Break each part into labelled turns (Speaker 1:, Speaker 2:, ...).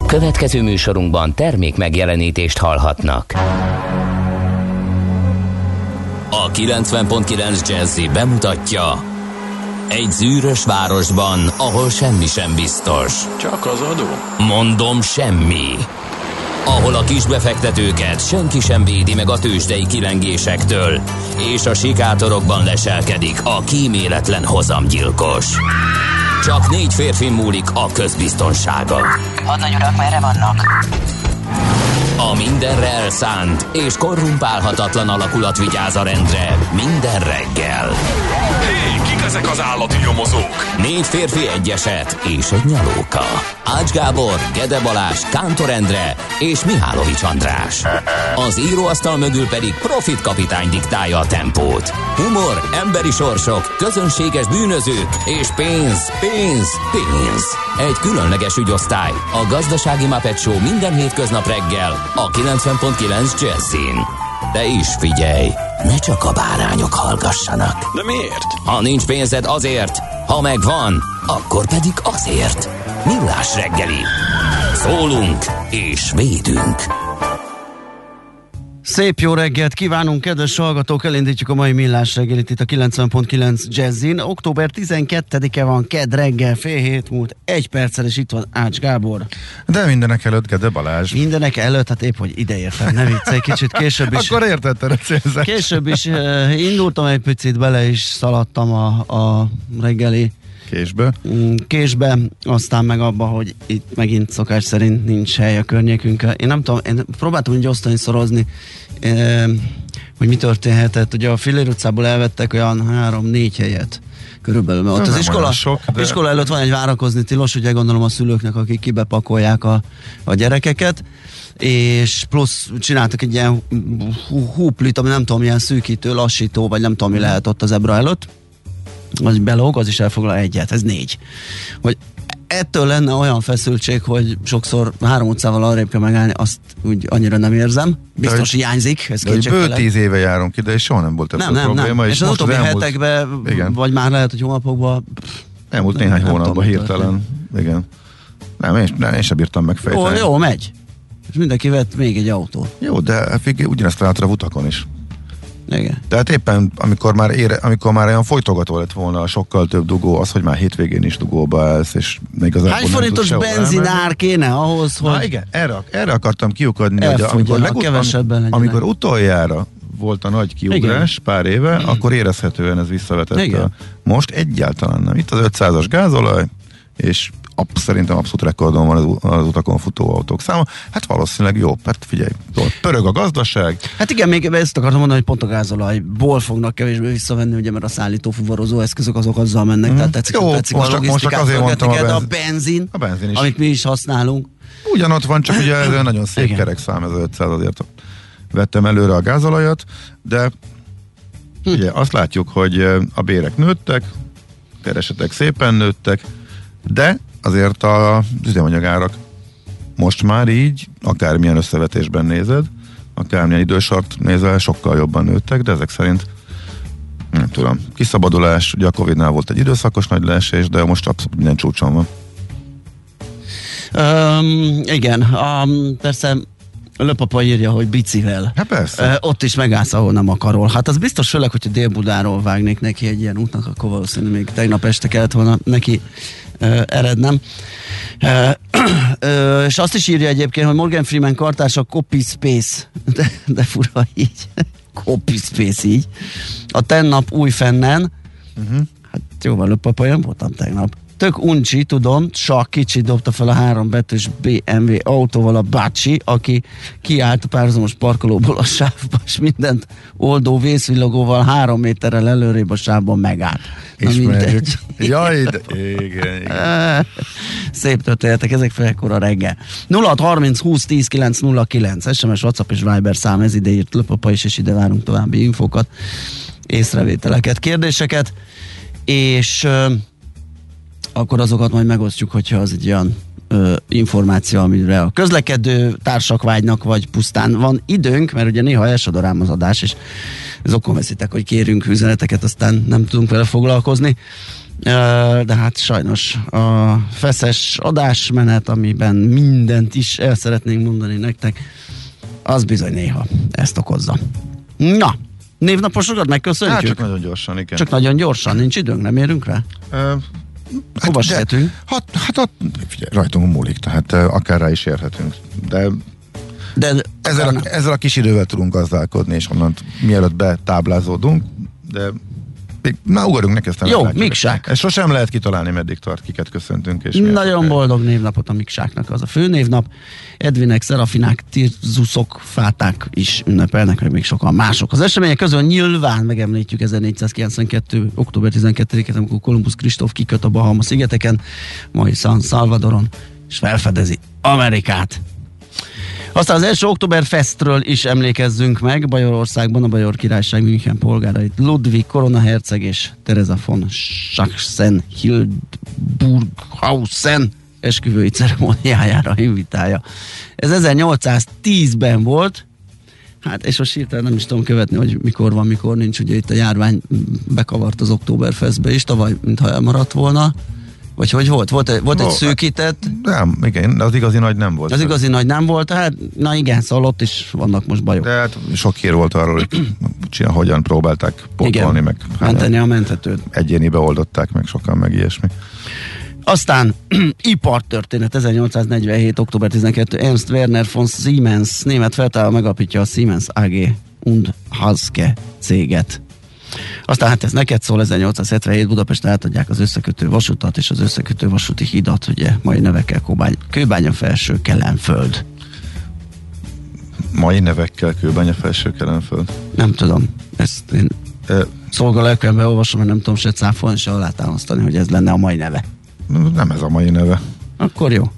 Speaker 1: Következő műsorunkban termék megjelenítést hallhatnak.
Speaker 2: A 90.9 Jazzy bemutatja: egy zűrös városban, ahol semmi sem biztos.
Speaker 3: Csak az adó?
Speaker 2: Mondom, semmi. Ahol a kisbefektetőket senki sem védi meg a tőzsdei kilengésektől, és a sikátorokban leselkedik a kíméletlen hozamgyilkos. Csak 4 férfi múlik a közbiztonsága.
Speaker 4: Hadnagy urak, merre vannak?
Speaker 2: A mindenre elszánt és korrumpálhatatlan alakulat vigyáz a rendre minden reggel.
Speaker 3: Hé, kik ezek az állati nyomozók?
Speaker 2: 4 férfi, egy eset és egy nyalóka. Ács Gábor, Gede Balázs, Kántor Endre és Mihálovics András. Az íróasztal mögül pedig Profit kapitány diktálja a tempót. Humor, emberi sorsok, közönséges bűnözők és pénz, pénz, pénz. Egy különleges ügyosztály, a Gazdasági Muppet Show minden hétköznap reggel a 90.9 Jazzin. De is figyelj, ne csak a bárányok hallgassanak.
Speaker 3: De miért?
Speaker 2: Ha nincs pénzed, azért, ha megvan, akkor pedig azért. Millás reggeli. Szólunk és védünk.
Speaker 5: Szép jó reggelt kívánunk, kedves hallgatók! Elindítjuk a mai Millás reggelit itt a 90.9 Jazzin. Október 12-e van, kedd reggel, fél hét múlt, 1 perccel, és itt van Ács Gábor.
Speaker 6: De mindenek előtt Gede Balázs.
Speaker 5: Mindenek előtt, hát épp, hogy ideértem, ne viccelj, kicsit később is.
Speaker 6: Akkor értetted a célzást.
Speaker 5: Később is indultam egy picit, bele is szaladtam a reggeli késbe, aztán meg abba, hogy itt megint szokás szerint nincs hely a környékünkön. Én nem tudom, én próbáltam úgy osztani, szorozni, hogy mi történhetett. Ugye a Fillér utcából elvettek olyan 3-4 helyet körülbelül. Mert ott az iskola előtt van egy várakozni tilos, ugye gondolom a szülőknek, akik kibepakolják a gyerekeket, és plusz csináltak egy ilyen húplit, ami nem tudom, ilyen szűkítő, lassító, vagy nem tudom, mi lehet ott az ebra előtt. Az belóg, az is elfoglal egyet, ez 4. Hogy ettől lenne olyan feszültség, hogy sokszor 3 utcával arrébb kell megállni, azt úgy annyira nem érzem. Biztos hiányzik, ez
Speaker 6: kétségtelen. 10 éve járunk ide, és soha nem volt ebből probléma.
Speaker 5: És az utóbbi hetekben, vagy már lehet, hogy hónapokban...
Speaker 6: Elmúlt néhány hónapban hirtelen. Igen. Nem, én sem bírtam megfejteni.
Speaker 5: Jó, megy. És mindenki vett még egy autót.
Speaker 6: Jó, de ugyanezt látod a utakon is.
Speaker 5: Igen.
Speaker 6: Tehát éppen, amikor már olyan folytogató lett volna sokkal több dugó, az, hogy már hétvégén is dugóba állsz, és még az
Speaker 5: hány forintos benzinár kéne ahhoz, hogy...
Speaker 6: Na igen, erre akartam kiukadni, hogy amikor utoljára volt a nagy kiugrás, igen, pár éve, akkor érezhetően ez visszavetette. Most egyáltalán nem. Itt az 500-as gázolaj, és szerintem abszolút rekordon van az utakon futó autók száma. Hát valószínűleg jó. Hát figyelj, pörög a gazdaság.
Speaker 5: Hát igen, még ezt akartam mondani, hogy pont a gázolajból fognak kevésbé visszavenni, ugye, mert a szállító fuvarozó eszközök azok azzal mennek. Tehát tetszik a logisztikát, de a benzin is, amit mi is használunk.
Speaker 6: Ugyanott van, csak ugye ez nagyon szép kerekszám, ez 500, azért vettem előre a gázolajat, de ugye azt látjuk, hogy a bérek nőttek, keresetek szépen nőttek, de azért az üzemanyagárak most már így, akármilyen összevetésben nézed, akármilyen idősort nézel, sokkal jobban nőttek, de ezek szerint nem tudom, kiszabadulás, ugye a Covid-nál volt egy időszakos nagy leesés, de most abszolút minden csúcson van.
Speaker 5: Igen, persze Löpapa írja, hogy bicivel.
Speaker 6: Hát persze.
Speaker 5: Ott is megállsz, ahol nem akarol. Hát az biztos, főleg, hogyha Dél-Budáról vágnék neki egy ilyen útnak, akkor valószínűleg még tegnap este kellett volna neki erednem. És azt is írja egyébként, hogy Morgan Freeman kartársa copy space. De fura így. Copy space így. A tennap újfennen. Hát jó van, Löpapa, én voltam tegnap. Tök uncsi, tudom, csak kicsit dobta fel a 3 betűs BMW autóval a bácsi, aki kiállt a párhuzamos parkolóból a sávba, és mindent oldó vészvillogóval 3 méterrel előrébb a sávban megállt.
Speaker 6: Ismerjük. Jaj, igen.
Speaker 5: Szép történetek, ezek felekkor a reggel. 0630 20 10 909 SMS, WhatsApp és Viber szám, ez ide írt Löpapa is, és ide várunk további infokat, észrevételeket, kérdéseket, és akkor azokat majd megosztjuk, hogyha az egy olyan információ, amire a közlekedő társak vágynak, vagy pusztán van időnk, mert ugye néha elsodor ám az adás, és zokon veszitek, hogy kérünk üzeneteket, aztán nem tudunk vele foglalkozni. de hát sajnos a feszes adásmenet, amiben mindent is el szeretnénk mondani nektek, az bizony néha ezt okozza. Na, névnaposokat megköszöntjük?
Speaker 6: Hát csak nagyon gyorsan, igen.
Speaker 5: Csak nagyon gyorsan, nincs időnk, nem érünk rá? Hova sietünk?
Speaker 6: Hát figyelj, rajtunk múlik, tehát akár rá is érhetünk. De ezzel a kis idővel tudunk gazdálkodni, és onnan mielőtt betáblázódunk, de na, ugorjunk neki, aztán
Speaker 5: jó, Miksák.
Speaker 6: Ezt sosem lehet kitalálni, meddig tart, kiket köszöntünk. És
Speaker 5: nagyon boldog névnapot a Miksáknak, az a főnévnap. Edvinek, Szerafinák, Tirzuszok, Fáták is ünnepelnek, meg még sokan mások. Az események közül nyilván megemlítjük 1492. október 12-et, amikor Kolumbusz Kristóf kiköt a Bahama-szigeteken, majd San Salvadoron, és felfedezi Amerikát. Aztán az első Oktoberfestről is emlékezzünk meg. Bajorországban a Bajor Királyság München polgárait Ludwig koronaherceg és Teresa von Sachsen-Hildburghausen esküvői ceremóniájára invitálja. Ez 1810-ben volt, hát és most hirtelen nem is tudom követni, hogy mikor van, mikor nincs, ugye itt a járvány bekavart az Oktoberfestbe is, tavaly mintha elmaradt volna. Vagy hogy volt? Volt egy szűkített?
Speaker 6: Nem, igen, az igazi nagy nem volt.
Speaker 5: Az igazi nagy nem volt, hát na igen, szóval ott is vannak most bajok.
Speaker 6: De hát sok hír volt arról, hogy hogyan próbálták pótolni, meg
Speaker 5: menteni a menthetőt.
Speaker 6: Egyénibe oldották meg sokan, meg ilyesmi.
Speaker 5: Aztán ipartörténet 1847. október 12. Ernst Werner von Siemens, német feltáró megalapítja a Siemens AG und Haske céget. Aztán hát ez neked szól, 1877 Budapesten átadják az összekötő vasutat és az összekötő vasúti hidat, ugye mai nevekkel Kőbánya felső Kelenföld.
Speaker 6: Mai nevekkel Kőbánya felső Kelenföld?
Speaker 5: Nem tudom, ezt én szolgalelkülemben olvasom, mert nem tudom se cáfolni, se alátámasztani, hogy ez lenne a mai neve.
Speaker 6: Nem ez a mai neve.
Speaker 5: Akkor jó.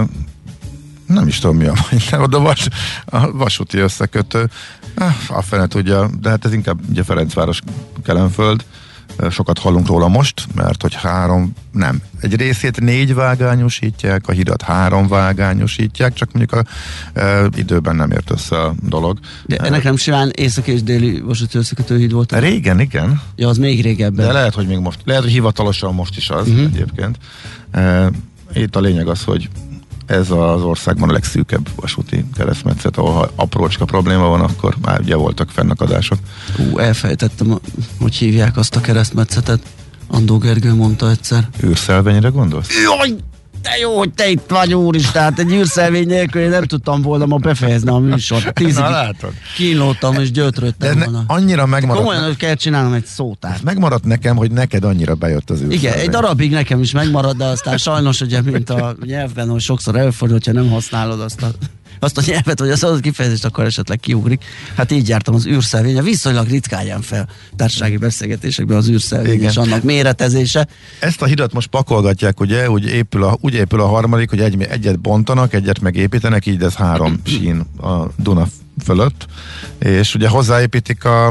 Speaker 6: Nem is tudom mi a mai neve, de a vasúti összekötő. A fene tudja, de hát ez inkább ugye Ferencváros Kelenföld. Sokat hallunk róla most, mert hogy egy részét 4 vágányosítják, a hidat 3 vágányosítják, csak mondjuk időben nem ért össze a dolog.
Speaker 5: De ennek nem simán északi és déli vasúti összekötő híd volt?
Speaker 6: Régen, igen.
Speaker 5: Ja, az még régebben.
Speaker 6: De lehet, hogy még most, lehet, hogy hivatalosan most is az egyébként. Itt a lényeg az, hogy ez az országban a legszűkebb vasúti keresztmetszet, ahol aprócska probléma van, akkor már ugye voltak fennakadások.
Speaker 5: Elfejtettem, hogy hívják azt a keresztmetszetet. Andó Gergő mondta egyszer.
Speaker 6: Űrszelvényre gondolsz?
Speaker 5: Jaj, de jó, hogy te itt vagy, úristen, tehát egy űrszelvény nélkül én nem tudtam volna ma befejezni a műsort. 10-ig kínlódtam és gyötrődtem volna.
Speaker 6: Annyira megmaradt.
Speaker 5: Komolyan, hogy kell csinálnom egy szótárt.
Speaker 6: Megmaradt nekem, hogy neked annyira bejött az űrszelvény.
Speaker 5: Igen, egy darabig nekem is megmaradt, de aztán sajnos, ugye, mint a nyelvben, hogy sokszor előfordul, hogyha nem használod azt a nyelvet, vagy azt a kifejezést, akkor esetleg kiugrik. Hát így jártam az űrszelvénye. Viszonylag ritkán jön fel társasági beszélgetésekben az űrszelvény és annak méretezése.
Speaker 6: Ezt a hidat most pakolgatják, ugye, úgy épül a harmadik, hogy egyet bontanak, egyet megépítenek, így ez 3 sín a Duna fölött, és ugye hozzáépítik a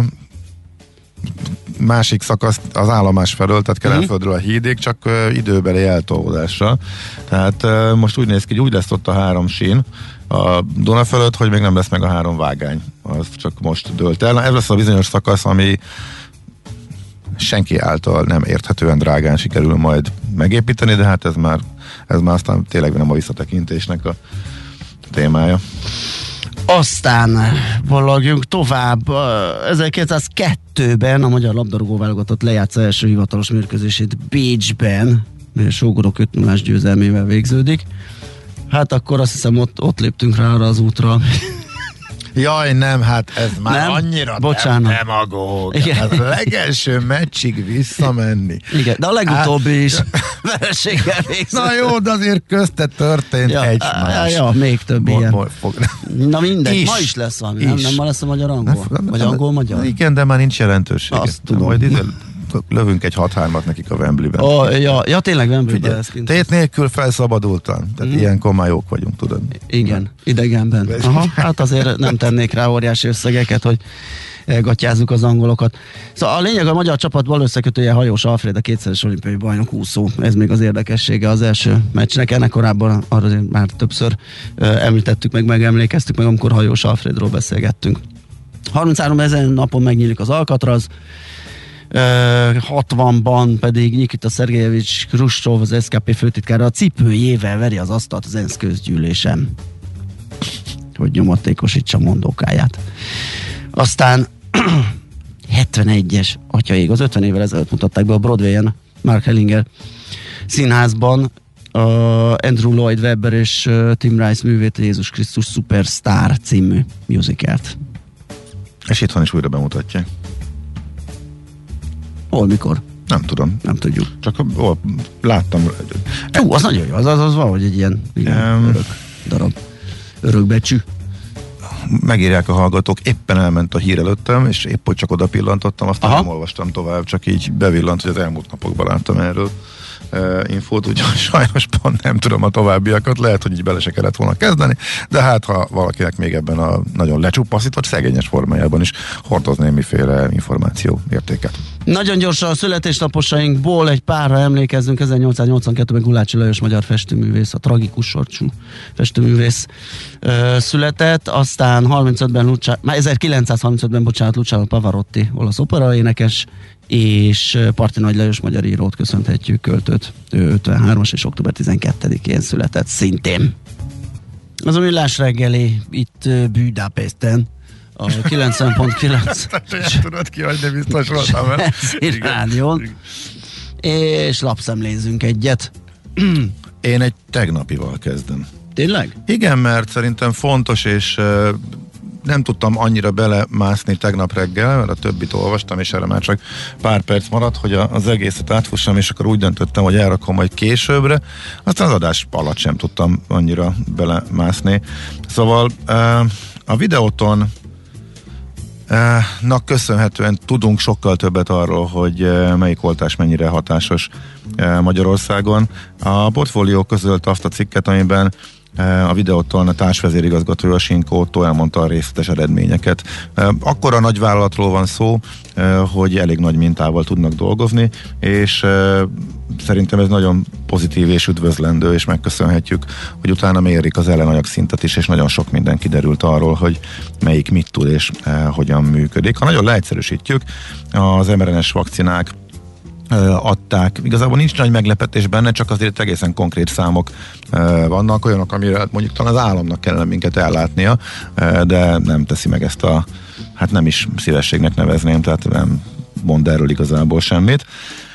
Speaker 6: másik szakaszt az állomás felől, tehát Kelenföldről a hídig, csak időbeli eltolódással. Tehát most úgy néz ki, hogy úgy lesz ott a 3 sín a Duna fölött, hogy még nem lesz meg a 3 vágány. Az csak most dőlt el. Ez lesz a bizonyos szakasz, ami senki által nem érthetően drágán sikerül majd megépíteni, de hát ez már aztán tényleg nem a visszatekintésnek a témája.
Speaker 5: Aztán valagjunk tovább. 1902-ben a magyar labdarúgó válogatott lejátsza első hivatalos mérkőzését Bécsben, mert Sógorok 5-0-ás győzelmével végződik. Hát akkor azt hiszem ott léptünk rá arra az útra.
Speaker 6: Jaj, nem, hát ez már
Speaker 5: nem?
Speaker 6: annyira demagóg. Hát a legelső meccsig visszamenni.
Speaker 5: Igen, de a legutóbbi is vereséggel végzett.
Speaker 6: Na jó, de azért közte történt egymás.
Speaker 5: Ja, még több ilyen. Na mindegy, ma is lesz valami, nem ma lesz a magyar-angol? Vagy angol-magyar?
Speaker 6: Igen, de már nincs jelentősége.
Speaker 5: Azt tudom.
Speaker 6: Majd lövünk egy 6-3-at nekik a Wembleyben.
Speaker 5: Ja, tényleg Wembleyben lesz kint.
Speaker 6: Tét nélkül felszabadultan. Tehát ilyenkor már jók vagyunk, tudod.
Speaker 5: Igen, idegenben. Aha, hát azért nem tennék rá óriási összegeket, hogy elgatjázzuk az angolokat. Szóval a lényeg, a magyar csapat bal összekötője Hajós Alfred, a 2-szeres olimpiai bajnok úszó. Ez még az érdekessége az első meccsnek. Ennek korábban arra már többször említettük, megemlékeztük meg, amikor Hajós Alfredról beszélgettünk. 33 ezen napon megnyílik az Alcatraz. 60-ban pedig Nikita Szergejevics Hruscsov, az SKP főtitkára a cipőjével veri az asztalt az ENSZ közgyűlésen, hogy nyomatékosítsa mondókáját. Aztán 71-es, atyaég, az 50 évvel ezelőtt mutatták be a Broadway-en, Mark Hellinger színházban Andrew Lloyd Webber és Tim Rice művét, Jézus Krisztus Superstar című musicalt.
Speaker 6: És itthon is újra bemutatják.
Speaker 5: Hol, mikor?
Speaker 6: Nem tudom.
Speaker 5: Nem tudjuk.
Speaker 6: Csak láttam.
Speaker 5: Az nagyon jó, az valahogy egy ilyen örök darab. Örökbecsű.
Speaker 6: Megírják a hallgatók, éppen elment a hír előttem, és épp hogy csak oda pillantottam, aztán nem olvastam tovább, csak így bevillant, hogy az elmúlt napokban láttam erről infót, úgyhogy sajnos pont nem tudom a továbbiakat, lehet, hogy így bele se kellett volna kezdeni, de hát ha valakinek még ebben a nagyon lecsupaszított, szegényes formájában is hordoz némiféle információ értéket.
Speaker 5: Nagyon gyorsan a születésnaposainkból egy párra emlékezzünk. 1882-ben Gulácsi Lajos magyar festőművész, a tragikus sorcsú festőművész született, aztán 1935-ben Luciano Pavarotti, olasz operaénekes, és Parti Nagy Lajos magyar írót köszönhetjük, költőt. Ő 53-as és október 12-én született szintén. Az a Millás reggeli itt Budapesten a 90.9
Speaker 6: tudod kiadni, biztos voltam el.
Speaker 5: Rádión. És lapszemlézzünk egyet.
Speaker 6: Én egy tegnapival kezdem.
Speaker 5: Tényleg?
Speaker 6: Igen, mert szerintem fontos, és nem tudtam annyira belemászni tegnap reggel, mert a többit olvastam, és erre már csak pár perc maradt, hogy az egészet átfussam, és akkor úgy döntöttem, hogy elrakom majd későbbre. Aztán az adás alatt sem tudtam annyira belemászni. Szóval a Videoton köszönhetően tudunk sokkal többet arról, hogy melyik oltás mennyire hatásos Magyarországon. A Portfólió közölt azt a cikket, amiben a Videoton a társvezérigazgatója, Sinko Otto elmondta a részletes eredményeket. Akkora nagyvállalatról van szó, hogy elég nagy mintával tudnak dolgozni, és szerintem ez nagyon pozitív és üdvözlendő, és megköszönhetjük, hogy utána mérik az ellenanyag szintet is, és nagyon sok minden kiderült arról, hogy melyik mit tud és hogyan működik. Ha nagyon leegyszerűsítjük, az mRNA-s vakcinák adták. Igazából nincs nagy meglepetés benne, csak azért egészen konkrét számok vannak, olyanok, amire mondjuk talán az államnak kellene minket ellátnia, de nem teszi meg ezt hát nem is szívességnek nevezném, tehát nem mond erről igazából semmit.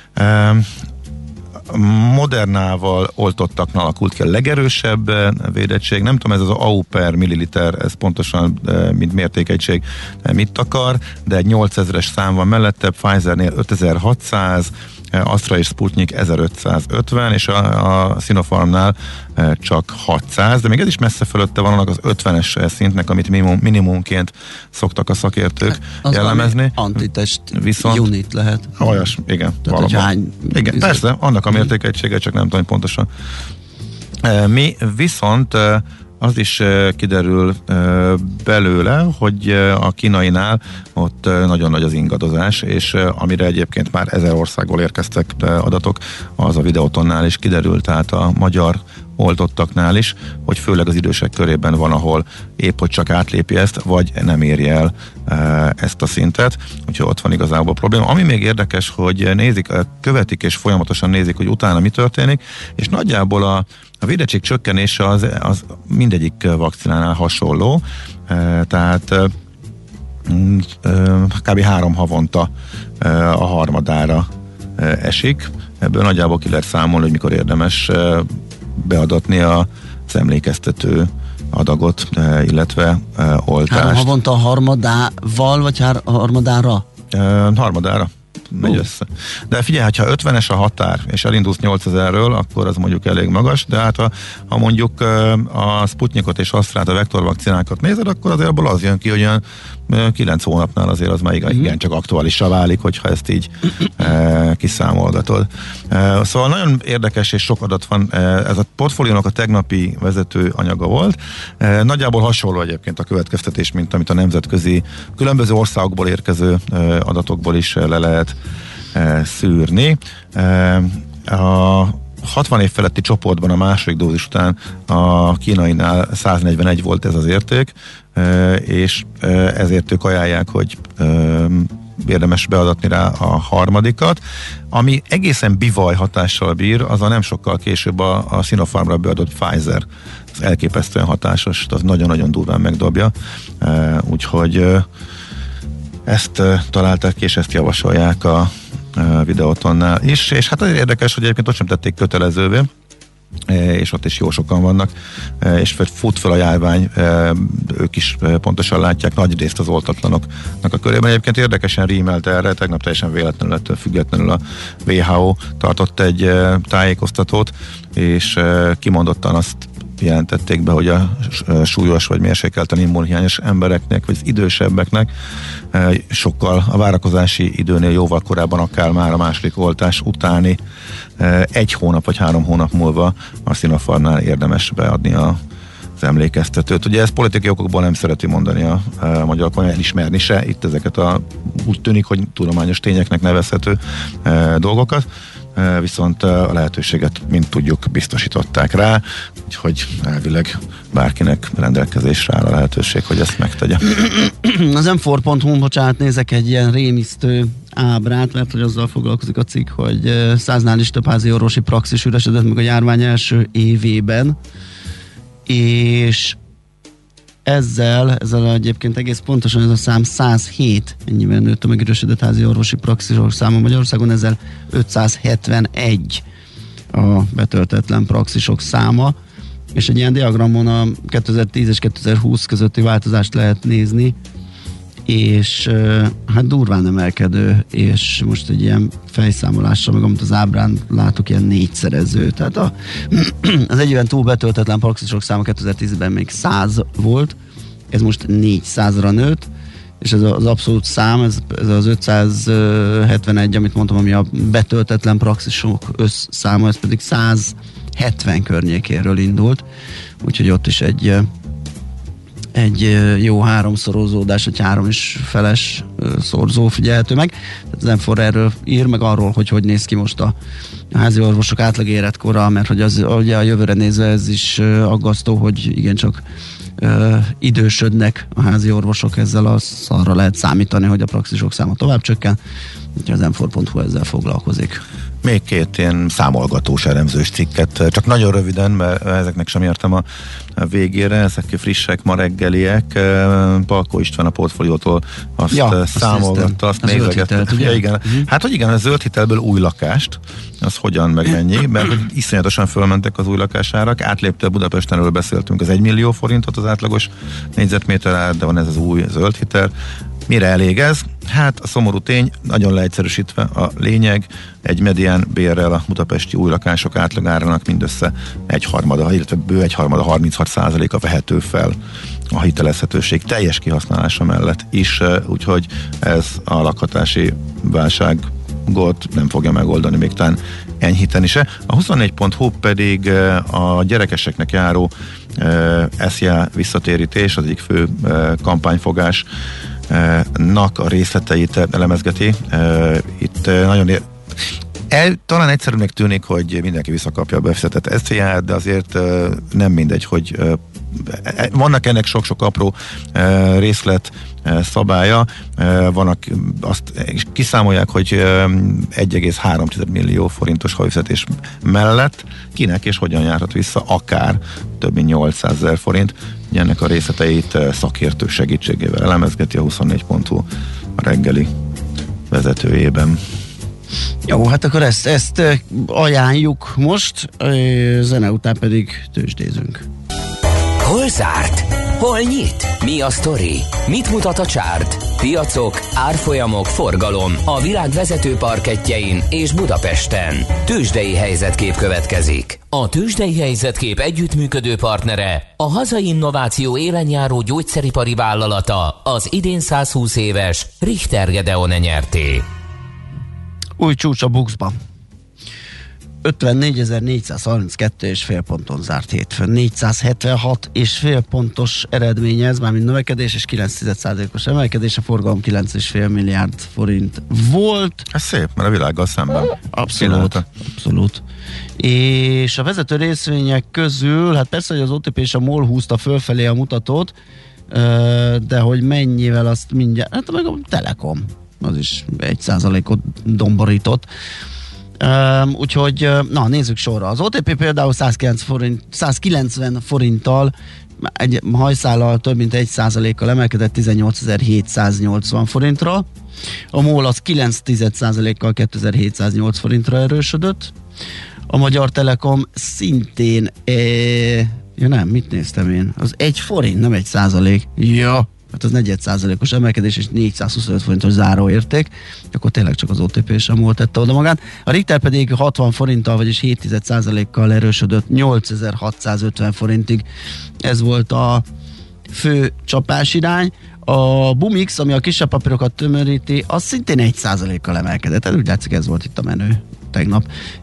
Speaker 6: Modernával oltottaknál alakult ki a legerősebb védettség. Nem tudom, ez az AU per milliliter, ez pontosan mint mértékegység mit akar, de egy 8000-es szám van mellette, Pfizernél 5600, Astra és Sputnik 1550, és a Sinopharmnál csak 600, de még ez is messze fölötte van annak az 50-es szintnek, amit minimumként szoktak a szakértők jellemezni.
Speaker 5: Antitest
Speaker 6: viszont
Speaker 5: unit lehet.
Speaker 6: Olyas, igen. Igen, persze, annak a mértékegysége, csak nem tudom pontosan. Mi viszont az is kiderül belőle, hogy a kínainál ott nagyon nagy az ingadozás, és amire egyébként már 1000 országból érkeztek adatok, az a Videotonnál is kiderült, tehát a magyar oltottaknál is, hogy főleg az idősek körében van, ahol épp hogy csak átlépi ezt, vagy nem éri el ezt a szintet, úgyhogy ott van igazából probléma. Ami még érdekes, hogy követik és folyamatosan nézik, hogy utána mi történik, és nagyjából a védettség csökkenése az mindegyik vakcinánál hasonló, tehát kb. 3 havonta a harmadára esik. Ebből nagyjából ki lehet számolni, hogy mikor érdemes beadatni az emlékeztető adagot, illetve oltást.
Speaker 5: 3 havonta a harmadával, vagy harmadára?
Speaker 6: Harmadára megy össze. De figyelj, ha 50-es a határ, és elindulsz 8000-ről, akkor az mondjuk elég magas, de hát ha mondjuk a Sputnikot és Astrát, a vektorvakcinákat nézed, akkor azért abból az jön ki, hogy olyan 9 hónapnál azért az már igen csak aktuálissá válik, hogyha ezt így kiszámolgatod. Szóval nagyon érdekes és sok adat van. Ez a Portfóliónak a tegnapi vezető anyaga volt. Nagyjából hasonló egyébként a következtetés, mint amit a nemzetközi különböző országokból érkező adatokból is le lehet szűrni. A 60 év feletti csoportban a második dózis után a kínainál 141 volt ez az érték, és ezért ők ajánlják, hogy érdemes beadatni rá a harmadikat. Ami egészen bivaj hatással bír, az a nem sokkal később a Sinopharmra beadott Pfizer. Ez elképesztően hatásos, az nagyon-nagyon durván megdobja. Úgyhogy ezt találták ki, és ezt javasolják a Videótonnál is, és hát az érdekes, hogy egyébként ott sem tették kötelezővé, és ott is jó sokan vannak, és fut fel a járvány, ők is pontosan látják, nagy részt az oltatlanoknak a körében. Egyébként érdekesen rímelt erre, tegnap teljesen véletlenül ettől függetlenül a WHO tartott egy tájékoztatót, és kimondottan azt jelentették be, hogy a súlyos vagy mérsékelten immunhiányos embereknek, vagy az idősebbeknek sokkal a várakozási időnél jóval korábban, akár már a második oltás utáni 1 hónap vagy 3 hónap múlva a Sinopharmnál érdemes beadni az emlékeztetőt. Ugye ezt politikai okokból nem szereti mondani a magyar kormány, elismerni se itt ezeket úgy tűnik, hogy tudományos tényeknek nevezhető dolgokat, viszont a lehetőséget, mint tudjuk, biztosították rá, úgyhogy elvileg bárkinek rendelkezésre áll a lehetőség, hogy ezt megtegye.
Speaker 5: Az m4.hu-n, bocsánat, nézek egy ilyen rémisztő ábrát, mert hogy azzal foglalkozik a cikk, hogy 100-nál is több házi orvosi praxis üresedett meg a járvány első évében, és ezzel egyébként egész pontosan ez a szám 107, ennyiben nőtt a megürösödött házi orvosi praxisok száma Magyarországon, ezzel 571 a betöltetlen praxisok száma, és egy ilyen diagramon a 2010 és 2020 közötti változást lehet nézni, és hát durván emelkedő, és most egy ilyen fejszámolással, meg amit az ábrán látok, ilyen 4-szerező. Tehát az egy éven túl betöltetlen praxisok száma 2010-ben még 100 volt, ez most 400-ra nőtt, és ez az abszolút szám, ez az 571, amit mondtam, ami a betöltetlen praxisok összszáma, ez pedig 170 környékéről indult, úgyhogy ott is egy jó 3-szorozódás, vagy 3,5 szorzó figyelhető meg. Tehát az M4 erről ír, meg arról, hogy néz ki most a házi orvosok átlag életkora, mert hogy az, ugye a jövőre nézve ez is aggasztó, hogy igencsak idősödnek a házi orvosok, ezzel arra lehet számítani, hogy a praxisok száma tovább csökken, úgyhogy az m4.hu ezzel foglalkozik.
Speaker 6: Még 2 ilyen számolgatós elemzős cikket, csak nagyon röviden, mert ezeknek sem értem a végére, ezek frissek, ma reggeliek. Palkó István a Portfóliótól azt számolgatta, azt nézegette. Ja, igen. Hát, hogy igen, a zöld hitelből új lakást, az hogyan, meg mennyi, mert hogy iszonyatosan fölmentek az új lakásárak, átlépte Budapestenről beszéltünk az 1 millió forintot az átlagos négyzetméter ár, de van ez az új zöld hitel. Mire elég ez? Hát a szomorú tény, nagyon leegyszerűsítve a lényeg, egy medián bérrel a budapesti új lakások átlagárának mindössze 1/3, illetve bő 1/3, 36%-a vehető fel a hitelezhetőség teljes kihasználása mellett is, úgyhogy ez a lakhatási válságot nem fogja megoldani, még talán enyhíteni se. A 24.hu pedig a gyerekeseknek járó SZIA visszatérítés, az egyik fő kampányfogás nak a részleteit elemezgeti. Itt nagyon talán egyszerűnek tűnik, hogy mindenki visszakapja a befizetett SZIA-t, de azért nem mindegy, hogy vannak ennek sok-sok apró részlet szabálya, vannak, azt kiszámolják, hogy 1,3 millió forintos havifizetés mellett kinek és hogyan járhat vissza akár több mint 800 000 forint. Ennek a részleteit szakértő segítségével elemezgeti a 24.hu a reggeli vezetőjében.
Speaker 5: Jó, hát akkor ezt ajánljuk most, zene után pedig tőzsdézünk.
Speaker 1: Hol zárt? Hol nyit? Mi a sztori? Mit mutat a csárt? Piacok, árfolyamok, forgalom a világ vezető parkettjein és Budapesten. Tőzsdei helyzetkép következik. A Tőzsdei helyzetkép együttműködő partnere, a hazai innováció élenjáró gyógyszeripari vállalata, az idén 120 éves Richter Gedeon nyerté.
Speaker 5: Új csúcs a BUX-ban. 54.432,5 ponton zárt hétfőn. 476,5 pontos eredménye, ez már mind növekedés, és 9%-os emelkedés, a forgalom 9,5 milliárd forint volt.
Speaker 6: Ez szép, mert a világgal szemben.
Speaker 5: Abszolút. És a vezető részvények közül, hát persze, hogy az OTP és a MOL húzta fölfelé a mutatót, de hogy mennyivel azt mindjárt, hát meg a Telekom. az is 1%-ot domborított. Úgyhogy, na nézzük sorra. Az OTP például 190 forinttal egy hajszállal több mint 1%-kal emelkedett 18.780 forintra. A MOL az 9%-kal 2.708 forintra erősödött. A Magyar Telekom szintén mit néztem én? Az 1 forint, nem 1%. Ja, hát az 4%-os emelkedés és 425 forintos záróérték, akkor tényleg csak az OTP sem volt tette oda magát. A Richter pedig 60 forinttal, vagyis 7%-kal erősödött 8650 forintig. Ez volt a fő csapásirány. A Bumix, ami a kisebb papírokat tömöríti, az szintén 1%-kal emelkedett. Tehát úgy látszik, ez volt itt a menő tegnap.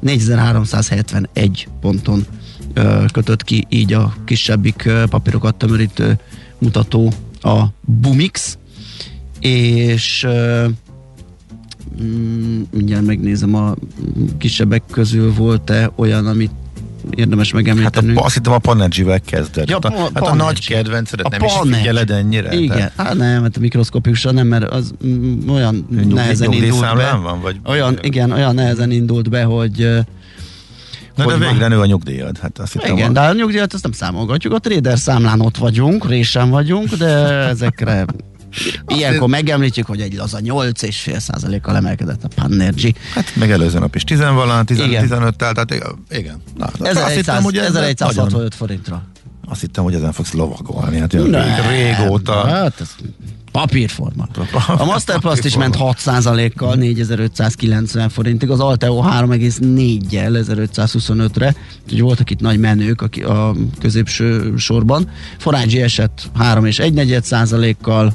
Speaker 5: 4371 ponton kötött ki így a kisebbik papírokat tömörítő mutató a Bumix, és mindjárt megnézem, a kisebbek közül volt-e olyan, amit érdemes megemlítenünk.
Speaker 6: Hát azt hittem a Panergy-vel kezdett.
Speaker 5: Ja,
Speaker 6: a nagy kedvencedet nem is figyeled ennyire?
Speaker 5: Igen, nem, hát a mikroszkopikusan nem, mert az olyan nehezen indult be.
Speaker 6: Van, vagy
Speaker 5: olyan nehezen indult be, hogy
Speaker 6: de végre nő a nyugdíjad. Hát azt hittem,
Speaker 5: igen, de a nyugdíjat azt nem számolgatjuk. A trader számlán ott vagyunk, résen vagyunk, de ezekre ilyenkor megemlítjük, hogy egy laza 8,5%-kal emelkedett a Panergy.
Speaker 6: Hát meg előző nap is 10-15-tel, tehát igen. Na,
Speaker 5: 1165 forintra.
Speaker 6: Azt hittem, hogy ezen fogsz lovagolni. Hát régóta.
Speaker 5: Hát ez papírforma. A Masterplast is ment 6%-kal 4590 forintig, az Alteo 3,4-jel 1525-re, úgyhogy voltak itt nagy menők a középső sorban. Forage esett 3,1%-kal,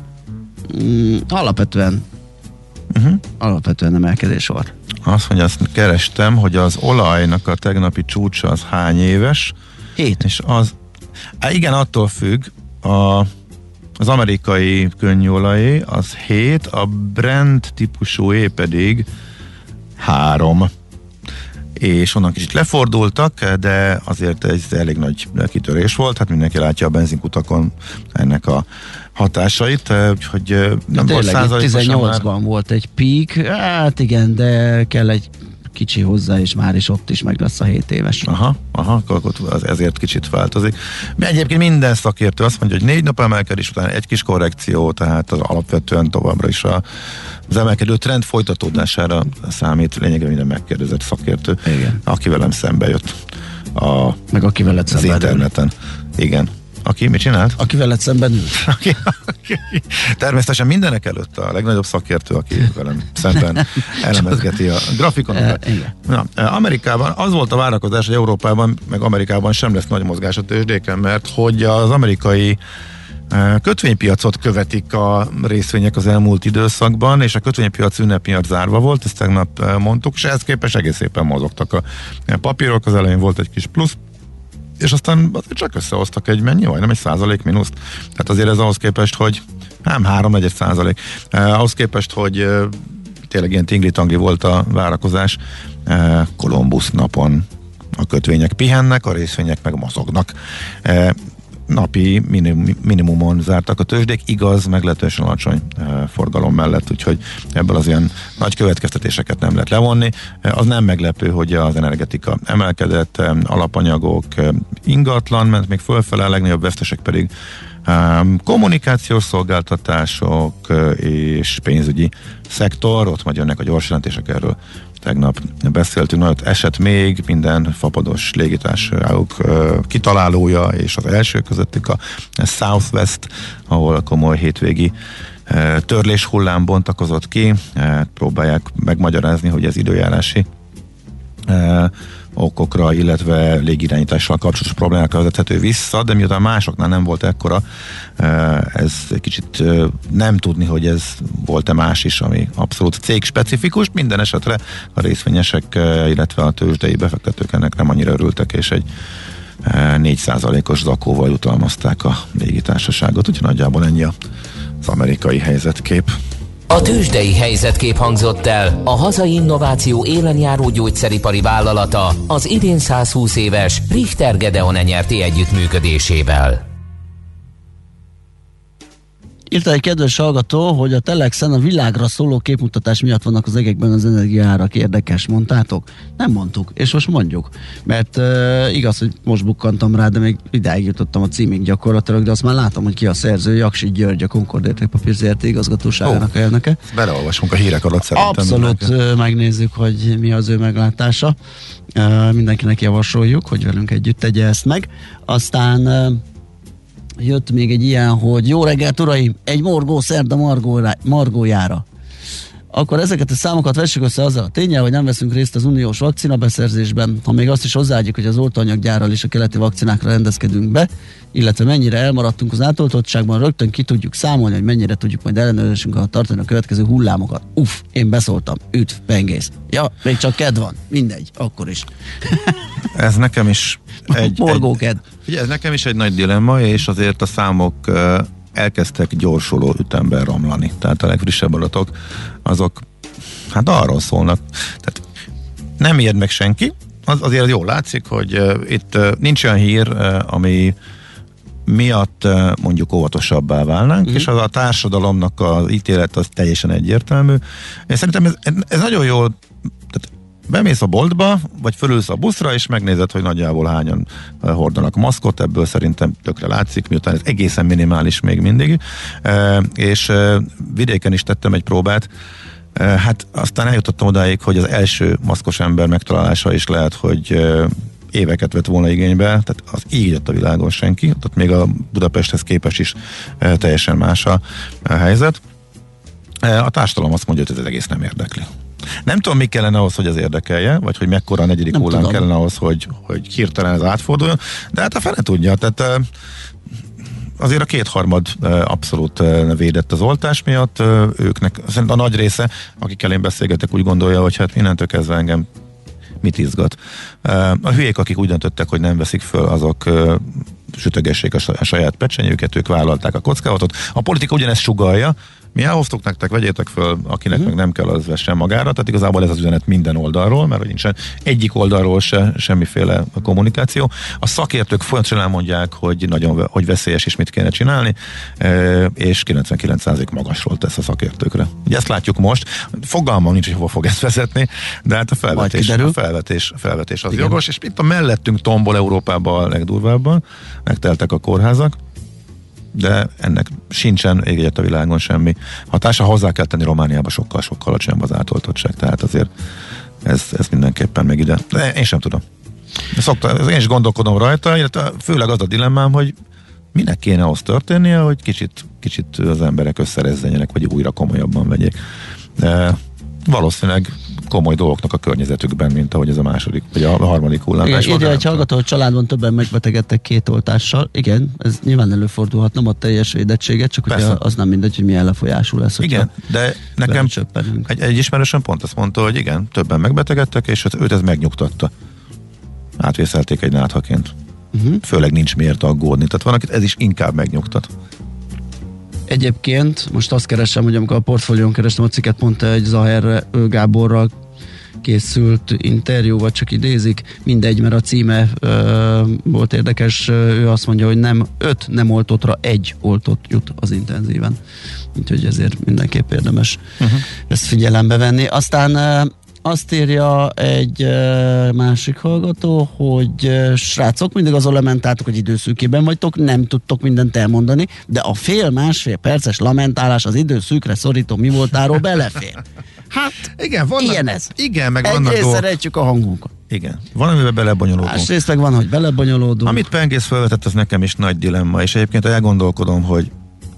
Speaker 5: alapvetően emelkedés volt.
Speaker 6: Azt mondja, azt kerestem, hogy az olajnak a tegnapi csúcsa az hány éves?
Speaker 5: 7.
Speaker 6: És az, igen, attól függ, az amerikai könnyűolajé az 7, a Brent típusú pedig 3. És onnan kicsit lefordultak, de azért ez elég nagy kitörés volt, hát mindenki látja a benzinkutakon ennek a hatásait, úgyhogy nem volt százalékosan
Speaker 5: 18-ban volt egy peak, hát igen, de kell egy kicsi hozzá, és már is ott is meg lesz a 7 éves.
Speaker 6: Akkor ezért kicsit változik. Egyébként minden szakértő azt mondja, hogy 4 nap emelkedés után egy kis korrekció, tehát az alapvetően továbbra is az emelkedő trend folytatódására számít, lényegében minden megkérdezett szakértő, igen, aki velem szembe jött.
Speaker 5: Meg aki veled
Speaker 6: az interneten. Igen. Aki mit csinált?
Speaker 5: Aki veled szemben ül.
Speaker 6: Természetesen mindenek előtt a legnagyobb szakértő, aki velem szemben elemezgeti a grafikonokat. Amerikában az volt a várakozás, hogy Európában, meg Amerikában sem lesz nagy mozgás a tőzsdéken, mert hogy az amerikai kötvénypiacot követik a részvények az elmúlt időszakban, és a kötvénypiac ünnep miatt zárva volt, ezt tegnap mondtuk, és ehhez képest egész szépen mozogtak a papírok, az elején volt egy kis plusz, és aztán csak összehoztak majdnem 1% mínuszt. Tehát azért ez ahhoz képest, hogy nem 3-4%. Ahhoz képest, hogy tényleg ilyen tingli-tangli volt a várakozás, Kolumbusz napon a kötvények pihennek, a részvények meg mozognak. Napi minimumon zártak a tőzsdék, igaz, meglehetősen alacsony forgalom mellett, úgyhogy ebből az ilyen nagy következtetéseket nem lehet levonni. Az nem meglepő, hogy az energetika emelkedett, alapanyagok, ingatlan ment még fölfele, a legnagyobb vesztesek pedig kommunikációs szolgáltatások és pénzügyi szektor, ott majd jönnek a gyors jelentések, erről tegnap beszéltünk, nagyot esett még minden fapados légitársaságok kitalálója, és az első közöttük a Southwest, ahol komoly hétvégi törlés hullám bontakozott ki, próbálják megmagyarázni, hogy ez időjárási okokra, illetve légirányítással kapcsolatos problémákra vezethető vissza, de miután másoknál nem volt ekkora, ez kicsit nem tudni, hogy ez volt-e más is, ami abszolút cégspecifikus. Minden esetre a részvényesek, illetve a tőzsdei befektetők ennek nem annyira örültek, és egy 4%-os zakóval jutalmazták a légitársaságot, úgyhogy nagyjából ennyi az amerikai helyzetkép.
Speaker 1: A tőzsdei helyzetkép hangzott el. A hazai innováció élenjáró gyógyszeripari vállalata az idén 120 éves Richter Gedeon nyerti együttműködésével.
Speaker 5: Írta egy kedves hallgató, hogy a Telexen a világra szóló képmutatás miatt vannak az egekben az energiaárak. Érdekes, mondtátok? Nem mondtuk, és most mondjuk. Mert igaz, hogy most bukkantam rá, de még idáig jutottam a címig gyakorlatilag, de azt már látom, hogy ki a szerző. Jaksi György, a Concord Értékpapír Zrt. igazgatóságának elnöke.
Speaker 6: Beleolvasunk a hírek alatt szerintem.
Speaker 5: Abszolút megnézzük, hogy mi az ő meglátása. Mindenkinek javasoljuk, hogy velünk együtt tegye ezt meg. Aztán jött még egy ilyen, hogy jó reggelt, uraim, egy morgó szerda margójára. Akkor ezeket a számokat vessük össze azzal a ténnyel, hogy nem veszünk részt az uniós vakcinabeszerzésben, ha még azt is hozzáadjuk, hogy az oltóanyaggyárral és a keleti vakcinákra rendezkedünk be, illetve mennyire elmaradtunk az átoltottságban, rögtön ki tudjuk számolni, hogy mennyire tudjuk majd ellenőrzésünk alatt tartani a következő hullámokat. Én beszóltam, üdv, pengész. Ja, még csak ked van, mindegy, akkor is.
Speaker 6: Ez nekem is
Speaker 5: ez
Speaker 6: nekem is egy nagy dilemma, és azért a számok elkezdtek gyorsuló ütemben romlani. Tehát a legfrissebb adatok, azok hát arról szólnak. Tehát nem ijed meg senki, azért jól látszik, hogy itt nincs olyan hír, ami miatt mondjuk óvatosabbá válnánk, és az a társadalomnak az ítélet az teljesen egyértelmű. Én szerintem ez nagyon jól, tehát bemész a boltba, vagy fölülsz a buszra, és megnézed, hogy nagyjából hányan hordanak maszkot, ebből szerintem tökre látszik, miután ez egészen minimális még mindig, és vidéken is tettem egy próbát, hát aztán eljutottam odáig, hogy az első maszkos ember megtalálása is lehet, hogy éveket vett volna igénybe, tehát az így jött a világon senki, tehát még a Budapesthez képest is teljesen más a helyzet. A társadalom azt mondja, hogy ez egész nem érdekli. Nem tudom, mi kellene ahhoz, hogy ez érdekelje, vagy hogy mekkora a negyedik hullám kellene ahhoz, hogy hirtelen ez átforduljon, de hát a fene tudja, tehát azért a 2/3 abszolút védett az oltás miatt, őknek, szerintem a nagy része, akikkel én beszélgetek, úgy gondolja, hogy hát innentől kezdve engem mit izgat. A hülyék, akik úgy döntöttek, hogy nem veszik föl, azok sütögessék a saját pecsenyőket, ők vállalták a kockázatot. A politika ugyanezt sugallja, mi elhoztuk nektek, vegyétek föl, akinek meg nem kell, az vessen magára, tehát igazából ez az üzenet minden oldalról, mert hogy nincsen egyik oldalról se semmiféle kommunikáció. A szakértők folyamatosan elmondják, hogy veszélyes és mit kéne csinálni, és 99% magasról tesz a szakértőkre. Ugye ezt látjuk most, fogalmam nincs, hogy hova fog ezt vezetni, de hát a felvetés az jogos, és itt a mellettünk tombol Európában a legdurvábban, megteltek a kórházak, de ennek sincsen ég egyet a világon semmi hatása. Hozzá kell tenni, Romániában sokkal-sokkal alacsonyabb az átoltottság, tehát azért ez mindenképpen meg ide. De én sem tudom. Én is gondolkodom rajta, illetve főleg az a dilemmám, hogy minek kéne ahhoz történnie, hogy kicsit az emberek összerezzenjenek, vagy újra komolyabban vegyék. De valószínűleg komoly dolgoknak a környezetükben, mint ahogy ez a második, vagy a harmadik hullám.
Speaker 5: Igen, írja egy hallgató, hogy családban többen megbetegedtek 2 oltással. Igen, ez nyilván előfordulhat, nem a teljes védettséget, csak ugye az nem mindegy, hogy milyen lefolyású lesz.
Speaker 6: Igen, de nekem egy ismerősöm pont azt mondta, hogy igen, többen megbetegedtek, és őt ez megnyugtatta. Átvészelték egy náthaként. Főleg nincs miért aggódni. Tehát van, akit ez is inkább megnyugtat.
Speaker 5: Egyébként most azt keresem, hogy amikor a portfólión kerestem a cikket, pont egy Zahár Gáborral készült interjú, vagy csak idézik, mindegy, mert a címe volt érdekes, ő azt mondja, hogy 5 nem oltottra 1 oltott jut az intenzíven. Úgyhogy ezért mindenképp érdemes ezt figyelembe venni. Aztán azt írja egy másik hallgató, hogy srácok, mindig azon lamentáltok, hogy időszűkében vagytok, nem tudtok mindent elmondani, de a másfél perces lamentálás az időszűkre szorító mi voltáról belefér. Hát,
Speaker 6: igen,
Speaker 5: ilyen ez.
Speaker 6: Igen, meg vannak
Speaker 5: egyrészt szeretjük a hangunkat.
Speaker 6: Igen, van, amiben belebonyolódunk.
Speaker 5: Másrészt meg van, hogy belebonyolódunk.
Speaker 6: Amit Pengész felvetett, az nekem is nagy dilemma, és egyébként elgondolkodom, hogy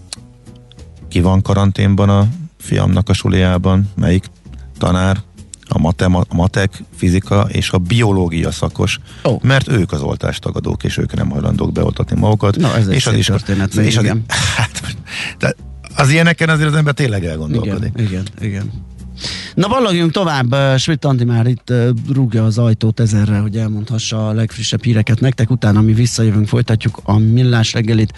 Speaker 6: ki van karanténban a fiamnak a suliában, melyik tanár, a matek, fizika és a biológia szakos, mert ők az oltástagadók, és ők nem hajlandók beoltatni magukat.
Speaker 5: Na, ez és egy történet. És igen.
Speaker 6: Az ilyeneken azért az ember tényleg elgondolkodik.
Speaker 5: Igen. Na, ballagjunk tovább. Schmidt Andi már itt rúgja az ajtót ezerre, hogy elmondhassa a legfrissebb híreket nektek. Utána mi visszajövünk, folytatjuk a Millás reggelit,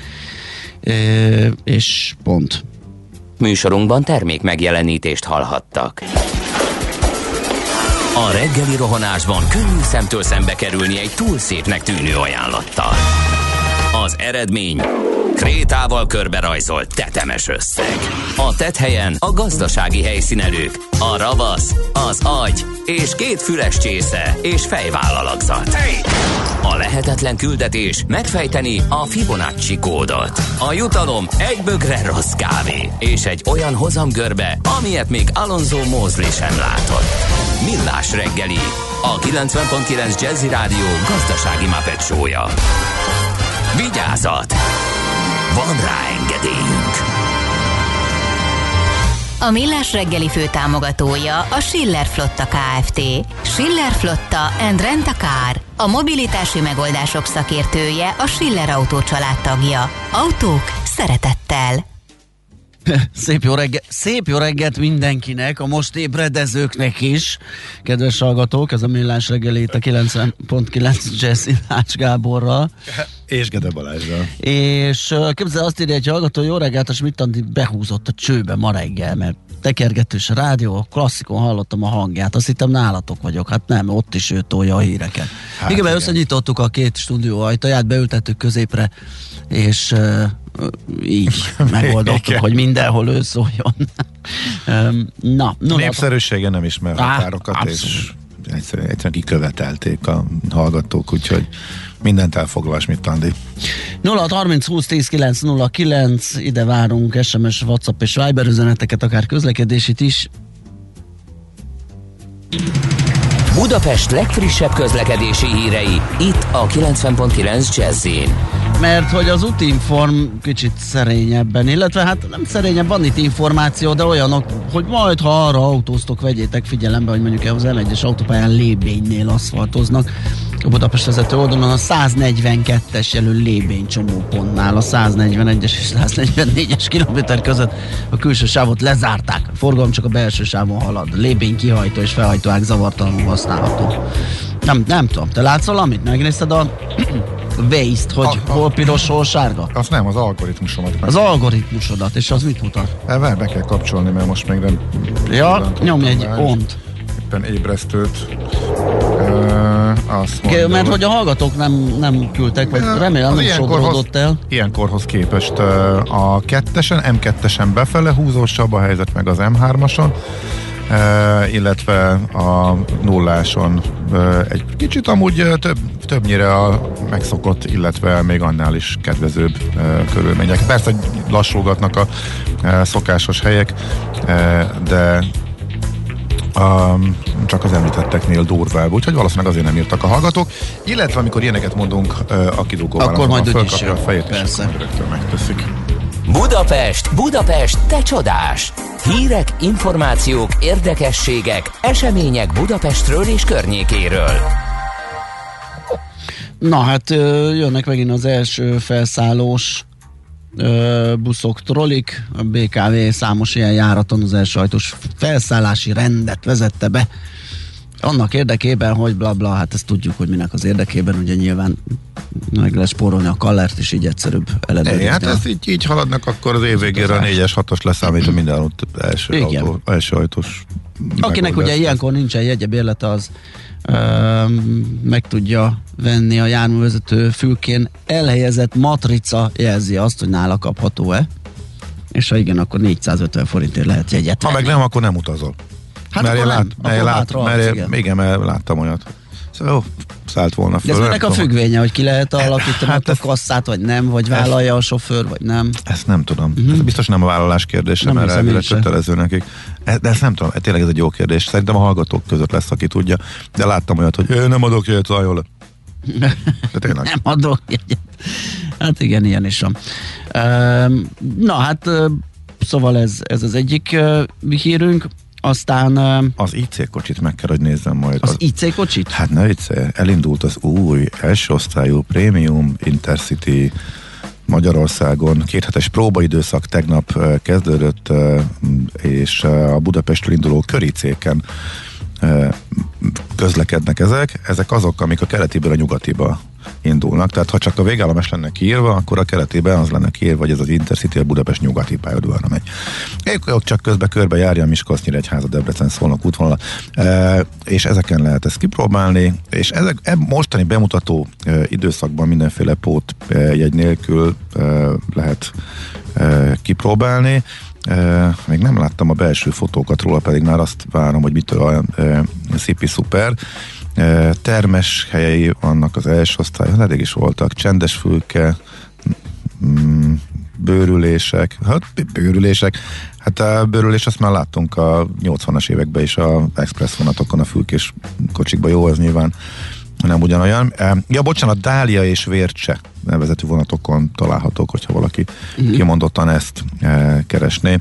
Speaker 5: és pont.
Speaker 1: Műsorunkban termék megjelenítést hallhattak. A reggeli rohanásban könnyű szemtől szembe kerülni egy túl szépnek tűnő ajánlattal. Az eredmény...
Speaker 2: krétával körberajzolt tetemes összeg. A tetthelyen a gazdasági helyszínelők, a ravasz, az agy és 2 füles csésze és fejvállalakzat. A lehetetlen küldetés megfejteni a Fibonacci kódot. A jutalom egy bögre rossz kávé és egy olyan hozamgörbe, amilyet még Alonso Mosley sem látott. Millás reggeli, a 90.9 Jazzy Rádió gazdasági Muppet show-ja. Vigyázat! Van rá engedélyünk!
Speaker 7: A Millás reggeli főtámogatója a Schiller Flotta Kft. Schiller Flotta and Rent a Car. A mobilitási megoldások szakértője, a Schiller Autó család tagja. Autók szeretettel.
Speaker 5: Szép jó reggelt mindenkinek, a most ébredezőknek is. Kedves hallgatók, ez a Millás reggeli itt a 90.9 Jazzy Ács Gáborral.
Speaker 6: És Gede Balázsral.
Speaker 5: És képzel, azt írja egy hallgató, jó reggelt, a Schmidt-Andi behúzott a csőbe ma reggel, mert tekergetős rádió, a klasszikon hallottam a hangját, azt hittem nálatok vagyok, hát nem, ott is ő tolja a híreket. Hát igen, mert összenyitottuk a 2 stúdió ajtaját, beültettük középre, és így megoldottuk, hogy mindenhol ő szóljon. Na,
Speaker 6: népszerűsége nem ismer határokat, és egyszerűen kikövetelték a hallgatók, úgyhogy mindent elfoglal Schmidt-Andi.
Speaker 5: 0630 20 10 909, ide várunk SMS, WhatsApp és Viber üzeneteket, akár közlekedésit is.
Speaker 1: Budapest legfrissebb közlekedési hírei, itt a 90.9 Jazz-in.
Speaker 5: Mert hogy az útinform kicsit szerényebben, illetve hát nem szerényebb, van itt információ, de olyanok, hogy majd ha arra autóztok, vegyétek figyelembe, hogy mondjuk az M1-es autópályán Lébénynél aszfaltoznak. A Budapest vezető oldalon a 142-es jelű Lébény csomópontnál a 141-es és 144-es kilométer között a külső sávot lezárták. A forgalom csak a belső sávon halad. Lébény kihajtó és felhajtóág zavartalanul használható. Nem tudom, te látsz valamit? Megnézted a Waze-t, hogy hol piros, hol sárga?
Speaker 6: Az nem, az algoritmusomat.
Speaker 5: Az algoritmusodat, és az mit mutat?
Speaker 6: Be kell kapcsolni, mert most még nem...
Speaker 5: Ja, nyomj egy ont.
Speaker 6: Éppen ébresztőt.
Speaker 5: Mert hogy a hallgatók nem küldtek, vagy remélem nem sodródott el.
Speaker 6: Ilyenkorhoz képest a 2-esen, M2-esen befele húzósabb a helyzet, meg az M3-ason. Illetve a 0-áson egy kicsit amúgy többnyire a megszokott, illetve még annál is kedvezőbb körülmények. Persze, hogy lassulgatnak a szokásos helyek, de csak az említetteknél durvább, úgyhogy valószínűleg azért nem írtak a hallgatók, illetve amikor ilyeneket mondunk a kidugóban,
Speaker 5: akkor majd
Speaker 6: fölkapja a fejét, persze. És rögtön megteszik.
Speaker 1: Budapest, te csodás! Hírek, információk, érdekességek, események Budapestről és környékéről.
Speaker 5: Na hát jönnek megint az első felszállós buszok, trollik, a BKV számos ilyen járaton az elsajtos felszállási rendet vezette be. Annak érdekében, hogy blabla, hát ezt tudjuk, hogy minek az érdekében, ugye nyilván meg lesz spórolni a kallert, és így egyszerűbb ellenőrizni.
Speaker 6: Hát ezt így haladnak, akkor az év végére a 4-es, 6-os leszámít a minden első ajtós.
Speaker 5: Akinek ugye ilyenkor nincsen jegye, bérlete, az meg tudja venni a járművezető fülkén elhelyezett matrica jelzi azt, hogy nála kapható-e, és ha igen, akkor 450 forintért lehet jegyet venni.
Speaker 6: Ha meg nem, akkor nem utazol.
Speaker 5: Hát
Speaker 6: mert láttam olyat. Szóval szállt volna föl.
Speaker 5: De ez ennek a függvénye, hogy ki lehet alakítani a kasszát, vagy nem, vagy vállalja a sofőr, vagy nem?
Speaker 6: Ezt nem tudom. Ez biztos nem a vállalás kérdése, mert elvileg kötelező nekik. De ezt nem tudom, tényleg ez egy jó kérdés. Szerintem a hallgatók között lesz, aki tudja. De láttam olyat, hogy nem adok jegyet, jól. De tényleg.
Speaker 5: Nem adok jegyet. Hát igen, ilyen is van. Na hát, szóval ez az egyik hírünk. Aztán...
Speaker 6: Az IC kocsit meg kell, hogy nézzem majd.
Speaker 5: Az IC kocsit?
Speaker 6: Hát ne vicce, elindult az új első osztályú Premium Intercity Magyarországon. 2 hetes próbaidőszak tegnap kezdődött, és a Budapestről induló köricéken közlekednek ezek. Ezek azok, amik a keletiből a nyugatiba indulnak, tehát ha csak a végállomás lenne kiírva, akkor a keretében az lenne kiírva, hogy ez az Intercity a Budapest nyugati pályaudvarra megy. Ők csak közben körbe járja a Miskolc-Nyíregyháza, Debrecen, Szolnok útvonala, és ezeken lehet ezt kipróbálni, és ezek mostani bemutató időszakban mindenféle pótjegy nélkül lehet kipróbálni. Még nem láttam a belső fotókat róla, pedig már azt várom, hogy mitől a szipi szuper. Termes helyei vannak az első osztályon, eddig is voltak, csendes fülke, bőrülések, hát a bőrülés azt már láttunk a 80-as években is a express vonatokon, a fülkés kocsikban, jó, ez nyilván nem ugyanolyan. Ja, bocsánat, Dália és Vércse nevezetű vonatokon találhatók, hogyha valaki kimondottan ezt keresné.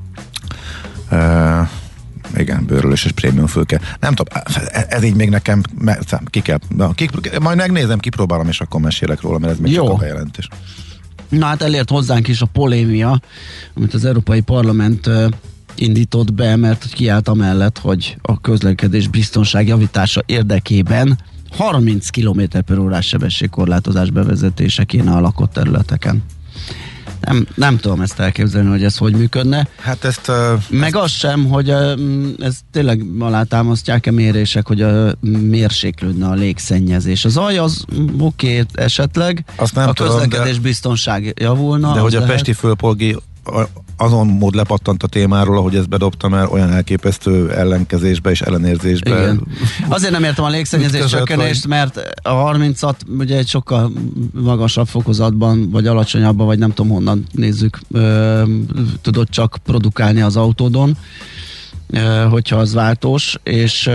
Speaker 6: Igen, bőrülés és prémium fülke. Nem tudom, ez így még nekem majd megnézem, kipróbálom, és akkor mesélek róla, mert ez még csak a bejelentés.
Speaker 5: Na hát elért hozzánk is a polémia, amit az Európai Parlament indított be, mert kiállt amellett, hogy a közlekedés biztonság javítása érdekében 30 km/h sebességkorlátozás bevezetése kéne a lakott területeken. Nem tudom ezt elképzelni, hogy ez hogy működne.
Speaker 6: Hát ezt...
Speaker 5: Meg az sem, hogy ez tényleg alátámasztják-e mérések, hogy mérséklődne a légszennyezés. A zaj az oké, esetleg
Speaker 6: azt nem
Speaker 5: a
Speaker 6: tudom,
Speaker 5: közlekedés biztonság javulna.
Speaker 6: De hogy a
Speaker 5: lehet.
Speaker 6: pesti főpolgi azon mód lepattant a témáról, ahogy ezt bedobtam el, olyan elképesztő ellenkezésbe és ellenérzésbe.
Speaker 5: Igen. Azért nem értem a légszennyezés csökkenést, mert a 30-at ugye egy sokkal magasabb fokozatban, vagy alacsonyabban, vagy nem tudom honnan nézzük, tudod csak produkálni az autódon, hogyha az váltós, és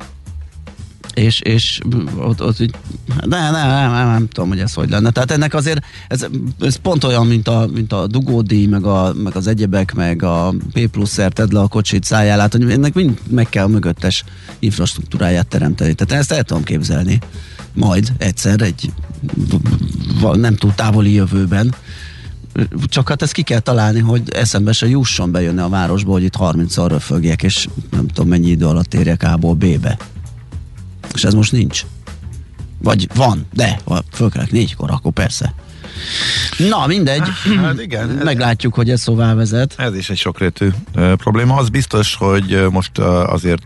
Speaker 5: nem tudom, hogy ez hogy lenne. Tehát ennek azért, ez pont olyan, mint a dugódíj, meg az egyebek, meg a P+-szer tedd le a kocsit, szálljál át, hogy ennek mind meg kell a mögöttes infrastruktúráját teremteni. Tehát ezt el tudom képzelni. Majd egyszer egy nem túl távoli jövőben. Csak hát ezt ki kell találni, hogy eszembe se jusson bejönni a városba, hogy itt 30-szor röfögjek, és nem tudom mennyi idő alatt érjek A-ból B-be. És ez most nincs. Vagy van, de ha fölkelek 4-kor, akkor persze. Na, mindegy.
Speaker 6: Hát igen.
Speaker 5: Meglátjuk, hogy ez szóvá vezet.
Speaker 6: Ez is egy sokrétű probléma. Az biztos, hogy most azért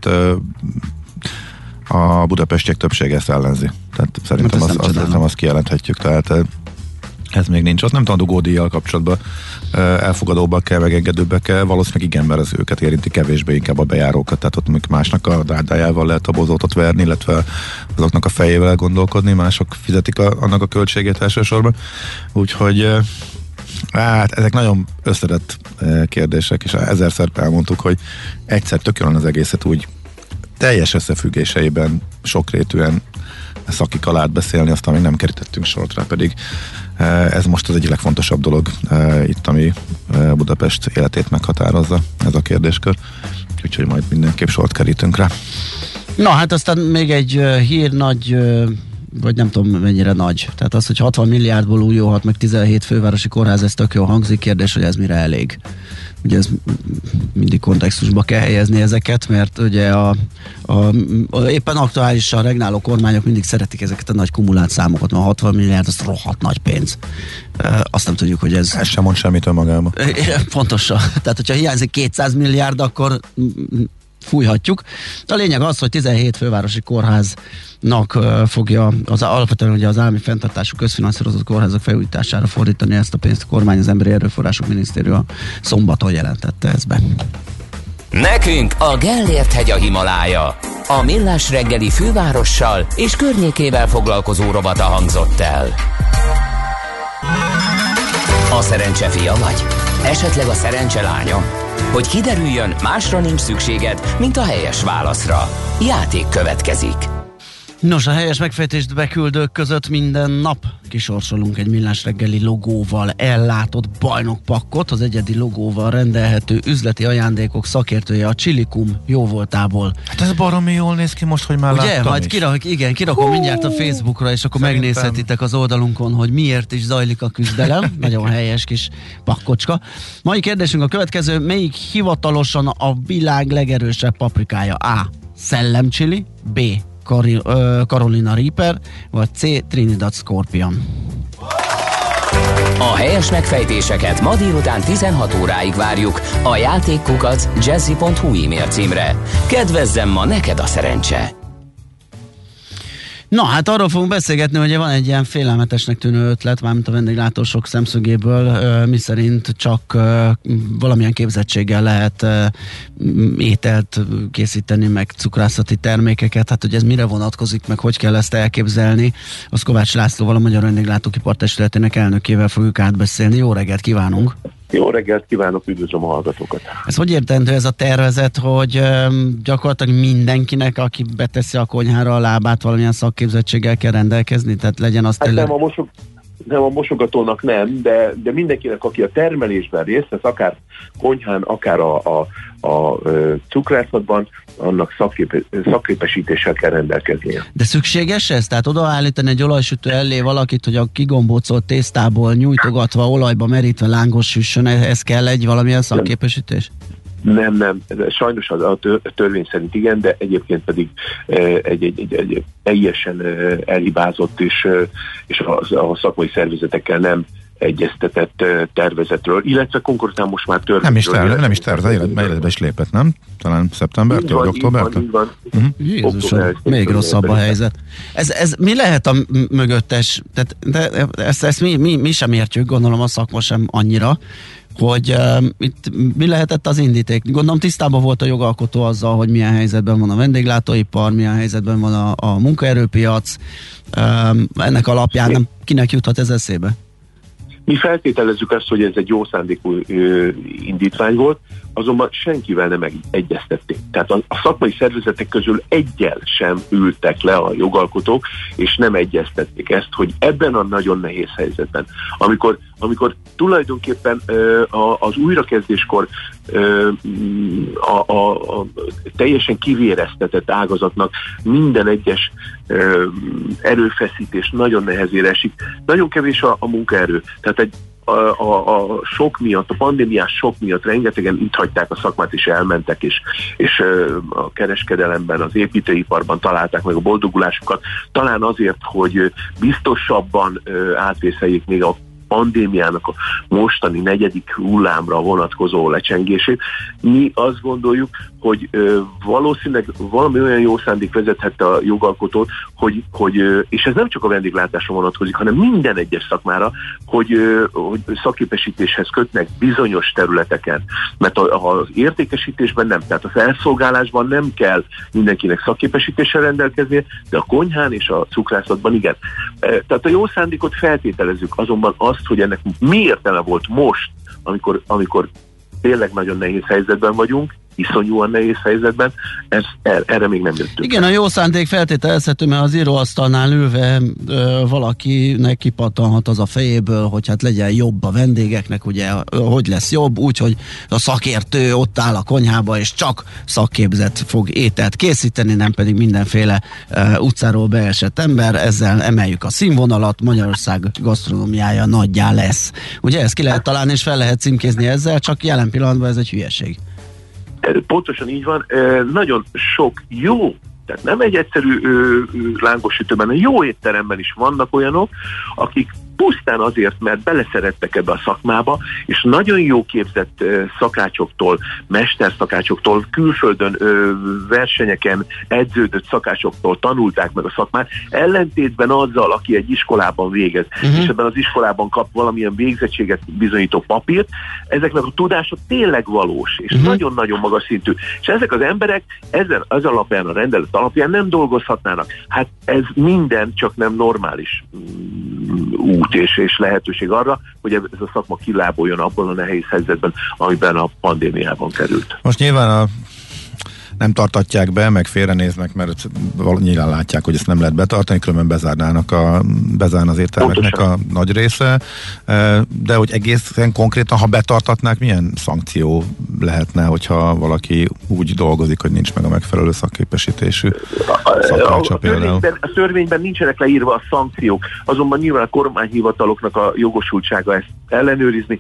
Speaker 6: a budapestiek többsége ezt ellenzi. Tehát szerintem azt kijelenthetjük. Tehát ez még nincs. Azt nem tudom, a dugódíjjal kapcsolatban elfogadóbbak kell, megengedőbbek kell. Valószínűleg igen, mert az őket érinti kevésbé, inkább a bejárókat. Tehát ott még másnak a dárdájával lehet a bozótot verni, illetve azoknak a fejével gondolkodni. Mások fizetik annak a költségét elsősorban. Úgyhogy hát ezek nagyon összetett kérdések, és ezerszer elmondtuk, hogy egyszer tökéletesen az egészet úgy teljes összefüggéseiben, sokrétűen szakik alá beszélni, aztán még nem kerítettünk sort rá, pedig ez most az egyik legfontosabb dolog itt, ami Budapest életét meghatározza, ez a kérdéskör. Úgyhogy majd mindenképp sort kerítünk rá.
Speaker 5: Na, hát aztán még egy hír nagy, vagy nem tudom mennyire nagy. Tehát az, hogy 60 milliárdból újulhat meg 17 fővárosi kórház, ez tök jó hangzik. Kérdés, hogy ez mire elég. Ugye ez mindig kontextusba kell helyezni ezeket, mert ugye éppen aktuálisan regnáló kormányok mindig szeretik ezeket a nagy kumulált számokat, mert 60 milliárd az rohadt nagy pénz. Azt nem tudjuk, hogy ez...
Speaker 6: Ez sem mond semmit önmagában.
Speaker 5: Pontosan. Tehát, hogyha hiányzik 200 milliárd, akkor fújhatjuk. A lényeg az, hogy 17 fővárosi kórháznak fogja alapvetően ugye az állami fenntartású közfinanszírozott kórházak felújítására fordítani ezt a pénzt. A kormány, az Emberi Erőforrások Minisztériuma szombaton jelentette ezt be.
Speaker 1: Nekünk a Gellért-hegy a Himalája. A Millás reggeli fővárossal és környékével foglalkozó rovata hangzott el. A szerencse fia vagy? Esetleg a szerencse lánya? Hogy kiderüljön, másra nincs szükséged, mint a helyes válaszra. Játék következik.
Speaker 5: Nos, a helyes megfejtést beküldők között minden nap kisorsolunk egy Millás reggeli logóval ellátott bajnokpakkot, az egyedi logóval rendelhető üzleti ajándékok szakértője a Chilikum jóvoltából.
Speaker 6: Hát ez baromi jól néz ki most, hogy már
Speaker 5: ugye?
Speaker 6: láttam
Speaker 5: Majd kirakom mindjárt a Facebookra, és akkor megnézhetitek az oldalunkon, hogy miért is zajlik a küzdelem. Nagyon helyes kis pakkocska. Mai kérdésünk a következő: melyik hivatalosan a világ legerősebb paprikája? A. Szellemcsili, B. Carolina Reaper, vagy C. Trinidad Scorpion.
Speaker 1: A helyes megfejtéseket ma délután 16 óráig várjuk a játékkukac jazzy.hu e-mail címre. Kedvezzem ma neked a szerencse!
Speaker 5: Na, hát arról fogunk beszélgetni, hogy van egy ilyen félelmetesnek tűnő ötlet, mármint a vendéglátósok szemszögéből, miszerint csak valamilyen képzettséggel lehet ételt készíteni, meg cukrászati termékeket. Hát, hogy ez mire vonatkozik, meg hogy kell ezt elképzelni, az Kovács Lászlóval, a Magyar Vendéglátóipar Testületének elnökével fogjuk átbeszélni. Jó reggelt kívánunk!
Speaker 8: Jó reggelt kívánok, üdvözlöm a hallgatókat!
Speaker 5: Ez hogy értendő ez a tervezet, hogy gyakorlatilag mindenkinek, aki beteszi a konyhára a lábát, valamilyen szakképzettséggel kell rendelkezni? Tehát legyen az tényleg...
Speaker 8: Nem a mosogatónak nem, de mindenkinek, aki a termelésben részt vesz, akár konyhán, akár a cukrászatban, annak szakképesítéssel kell rendelkeznie.
Speaker 5: De szükséges ez? Tehát odaállítani egy olajsütő elé valakit, hogy a kigombócolt tésztából nyújtogatva, olajba merítve lángos süssön, ez kell egy valamilyen szakképesítés?
Speaker 8: Nem. Sajnos a törvény szerint igen, de egyébként pedig egy teljesen elhibázott és a szakmai szervezetekkel nem egyeztetett tervezetről, illetve konkrétan most már
Speaker 6: törvényről. Nem is életbe is lépett, nem? Talán szeptembertől vagy októbertől?
Speaker 8: Így van.
Speaker 5: Jézusom, még rosszabb a helyzet. Ez mi lehet a mögöttes? De ezt mi sem értjük, gondolom a szakma sem annyira, hogy itt mi lehetett az indíték. Gondolom tisztában volt a jogalkotó azzal, hogy milyen helyzetben van a vendéglátóipar, milyen helyzetben van a munkaerőpiac. Ennek alapján nem kinek juthat ez eszébe?
Speaker 8: Mi feltételezzük azt, hogy ez egy jó szándékú indítvány volt, azonban senkivel nem egyeztették. Tehát a szakmai szervezetek közül egyel sem ültek le a jogalkotók, és nem egyeztették ezt, hogy ebben a nagyon nehéz helyzetben, amikor tulajdonképpen az újrakezdéskor a teljesen kivéreztetett ágazatnak minden egyes erőfeszítés nagyon nehezére esik. Nagyon kevés a munkaerő. Tehát a sok miatt, a pandémiás sok miatt rengetegen itt hagyták a szakmát, és elmentek, és a kereskedelemben, az építőiparban találták meg a boldogulásukat, talán azért, hogy biztosabban átvészeljék még a pandémiának a mostani 4. hullámra vonatkozó lecsengését. Mi azt gondoljuk, hogy valószínűleg valami olyan jó szándék vezethette a jogalkotót, hogy és ez nem csak a vendéglátásra vonatkozik, hanem minden egyes szakmára, hogy szakképesítéshez kötnek bizonyos területeken. Mert az értékesítésben nem, tehát a felszolgálásban nem kell mindenkinek szakképesítéssel rendelkeznie, de a konyhán és a cukrászatban igen. Tehát a jó szándékot feltételezzük, azonban azt, hogy ennek mi értelme volt most, amikor tényleg nagyon nehéz helyzetben vagyunk, iszonyúan nehéz helyzetben, erre még nem jöttünk.
Speaker 5: Igen, a jó szándék feltételezhető, mert az íróasztalnál ülve valakinek kipattanhat az a fejéből, hogy hát legyen jobb a vendégeknek, ugye, hogy lesz jobb, úgyhogy a szakértő ott áll a konyhába, és csak szakképzett fog ételt készíteni, nem pedig mindenféle utcáról beesett ember, ezzel emeljük a színvonalat, Magyarország gasztronómiája nagyjá lesz. Ugye ezt ki lehet találni, és fel lehet címkézni ezzel, csak jelen pillanatban ez egy hülyeség.
Speaker 8: Pontosan így van, nagyon sok jó, tehát nem egy egyszerű lángosütőben, hanem jó étteremben is vannak olyanok, akik pusztán azért, mert beleszerettek ebbe a szakmába, és nagyon jó képzett szakácsoktól, mesterszakácsoktól, külföldön versenyeken edződött szakácsoktól tanulták meg a szakmát, ellentétben azzal, aki egy iskolában végez, és ebben az iskolában kap valamilyen végzettséget bizonyító papírt, ezeknek a tudása tényleg valós, és nagyon-nagyon magas szintű. És ezek az emberek ez alapján, a rendelet alapján nem dolgozhatnának. Hát ez minden, csak nem normális út és lehetőség arra, hogy ez a szakma kiláboljon abban a nehéz helyzetben, amiben a pandémiában került.
Speaker 6: Most nyilván nem tartatják be, meg félrenéznek, mert nyilván látják, hogy ezt nem lehet betartani, különben bezárna az éttermeknek a nagy része, de hogy egészen konkrétan, ha betartatnák, milyen szankció lehetne, hogyha valaki úgy dolgozik, hogy nincs meg a megfelelő szakképesítésű szakácsa például?
Speaker 8: A törvényben nincsenek leírva a szankciók, azonban nyilván a kormányhivataloknak a jogosultsága ezt ellenőrizni.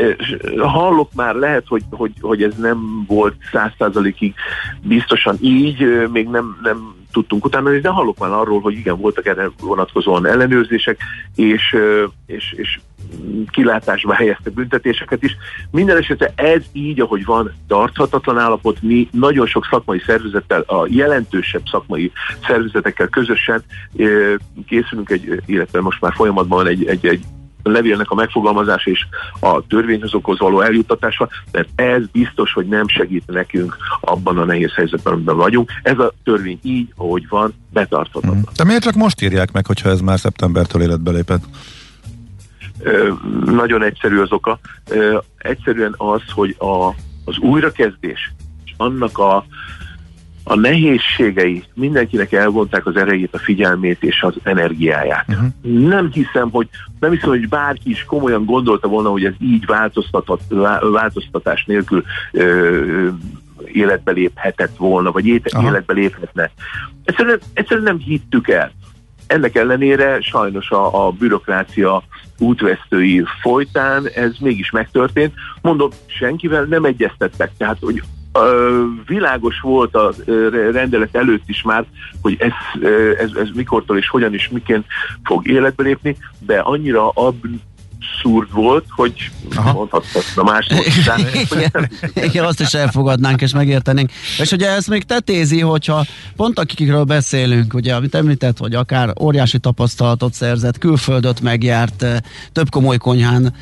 Speaker 8: Hallok már, lehet, hogy ez nem volt 100%-ig biztosan így, még nem tudtunk utána nézni, de hallok már arról, hogy igen, voltak erre vonatkozóan ellenőrzések, és kilátásba helyeztek büntetéseket is. Minden esetre ez így, ahogy van, tarthatatlan állapot. Mi nagyon sok szakmai szervezettel, a jelentősebb szakmai szervezetekkel közösen készülünk illetve most már folyamatban van egy levélnek a megfogalmazása és a törvényhozókhoz való eljuttatása, mert ez biztos, hogy nem segít nekünk abban a nehéz helyzetben, amiben vagyunk. Ez a törvény így, ahogy van, betarthatatlan.
Speaker 6: De miért csak most írják meg, hogyha ez már szeptembertől életbe lépett?
Speaker 8: Nagyon egyszerű az oka. Egyszerűen az, hogy az újrakezdés és annak a nehézségei mindenkinek elvonták az erejét, a figyelmét és az energiáját. Nem hiszem, hogy bárki is komolyan gondolta volna, hogy ez így változtatás nélkül életbe léphetett volna, vagy életbe léphetne. Egyszerűen nem hittük el. Ennek ellenére sajnos a bürokrácia útvesztői folytán ez mégis megtörtént. Mondom, senkivel nem egyeztettek, tehát hogy világos volt a rendelet előtt is már, hogy ez mikortól és hogyan és miként fog életbe lépni, de annyira abszurd volt, hogy mondhatna más
Speaker 5: igen, azt is elfogadnánk és megértenénk. És ugye ezt még tetézi, hogyha pont akikről beszélünk, ugye, amit említett, hogy akár óriási tapasztalatot szerzett, külföldöt megjárt, több komoly konyhán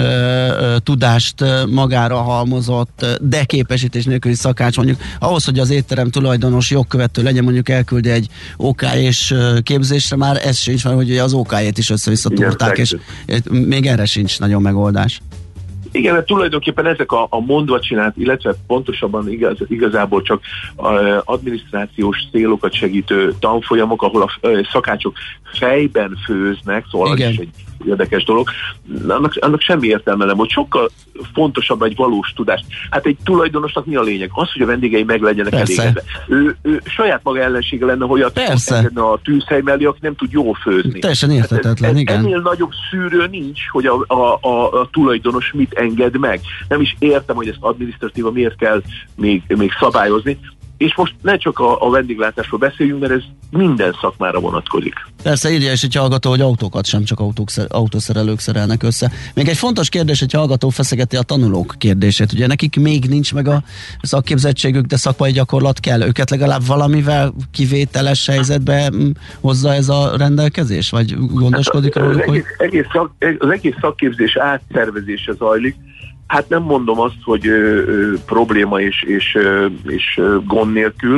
Speaker 5: tudást magára halmozott, de képesítés nélküli szakács mondjuk, ahhoz, hogy az étterem tulajdonos jogkövető legyen, mondjuk elküldi egy OK-s képzésre, már ez sincs, mert hogy az OK-jét is össze-vissza túrták, és még erre sincs nagyon megoldás.
Speaker 8: Igen, mert tulajdonképpen ezek a mondva csinált, illetve pontosabban igazából csak adminisztrációs célokat segítő tanfolyamok, ahol a szakácsok fejben főznek, szóval igen. Ez is egy érdekes dolog. Annak semmi értelme nem, hogy sokkal fontosabb egy valós tudás. Hát egy tulajdonosnak mi a lényeg? Az, hogy a vendégei meg legyenek elégedve. Ő saját maga ellensége lenne, hogy a tűzhely mellé, aki nem tud jól főzni.
Speaker 5: Teljesen érthetetlen, igen.
Speaker 8: Ennél nagyobb szűrő nincs, hogy a tulajdonos mit enged meg. Nem is értem, hogy ezt adminisztratíva miért kell még szabályozni. És most ne csak a vendéglátásról beszéljünk, mert ez minden szakmára vonatkozik.
Speaker 5: Persze, írja is egy hallgató, hogy autókat sem csak autószerelők szerelnek össze. Még egy fontos kérdés, egy hallgató feszegeti a tanulók kérdését. Ugye nekik még nincs meg a szakképzettségük, de szakmai gyakorlat kell. Őket legalább valamivel kivételes helyzetbe hozza ez a rendelkezés? Vagy gondoskodik arról, hogy...
Speaker 8: Az egész szakképzés átszervezése zajlik. Hát nem mondom azt, hogy probléma és gond nélkül.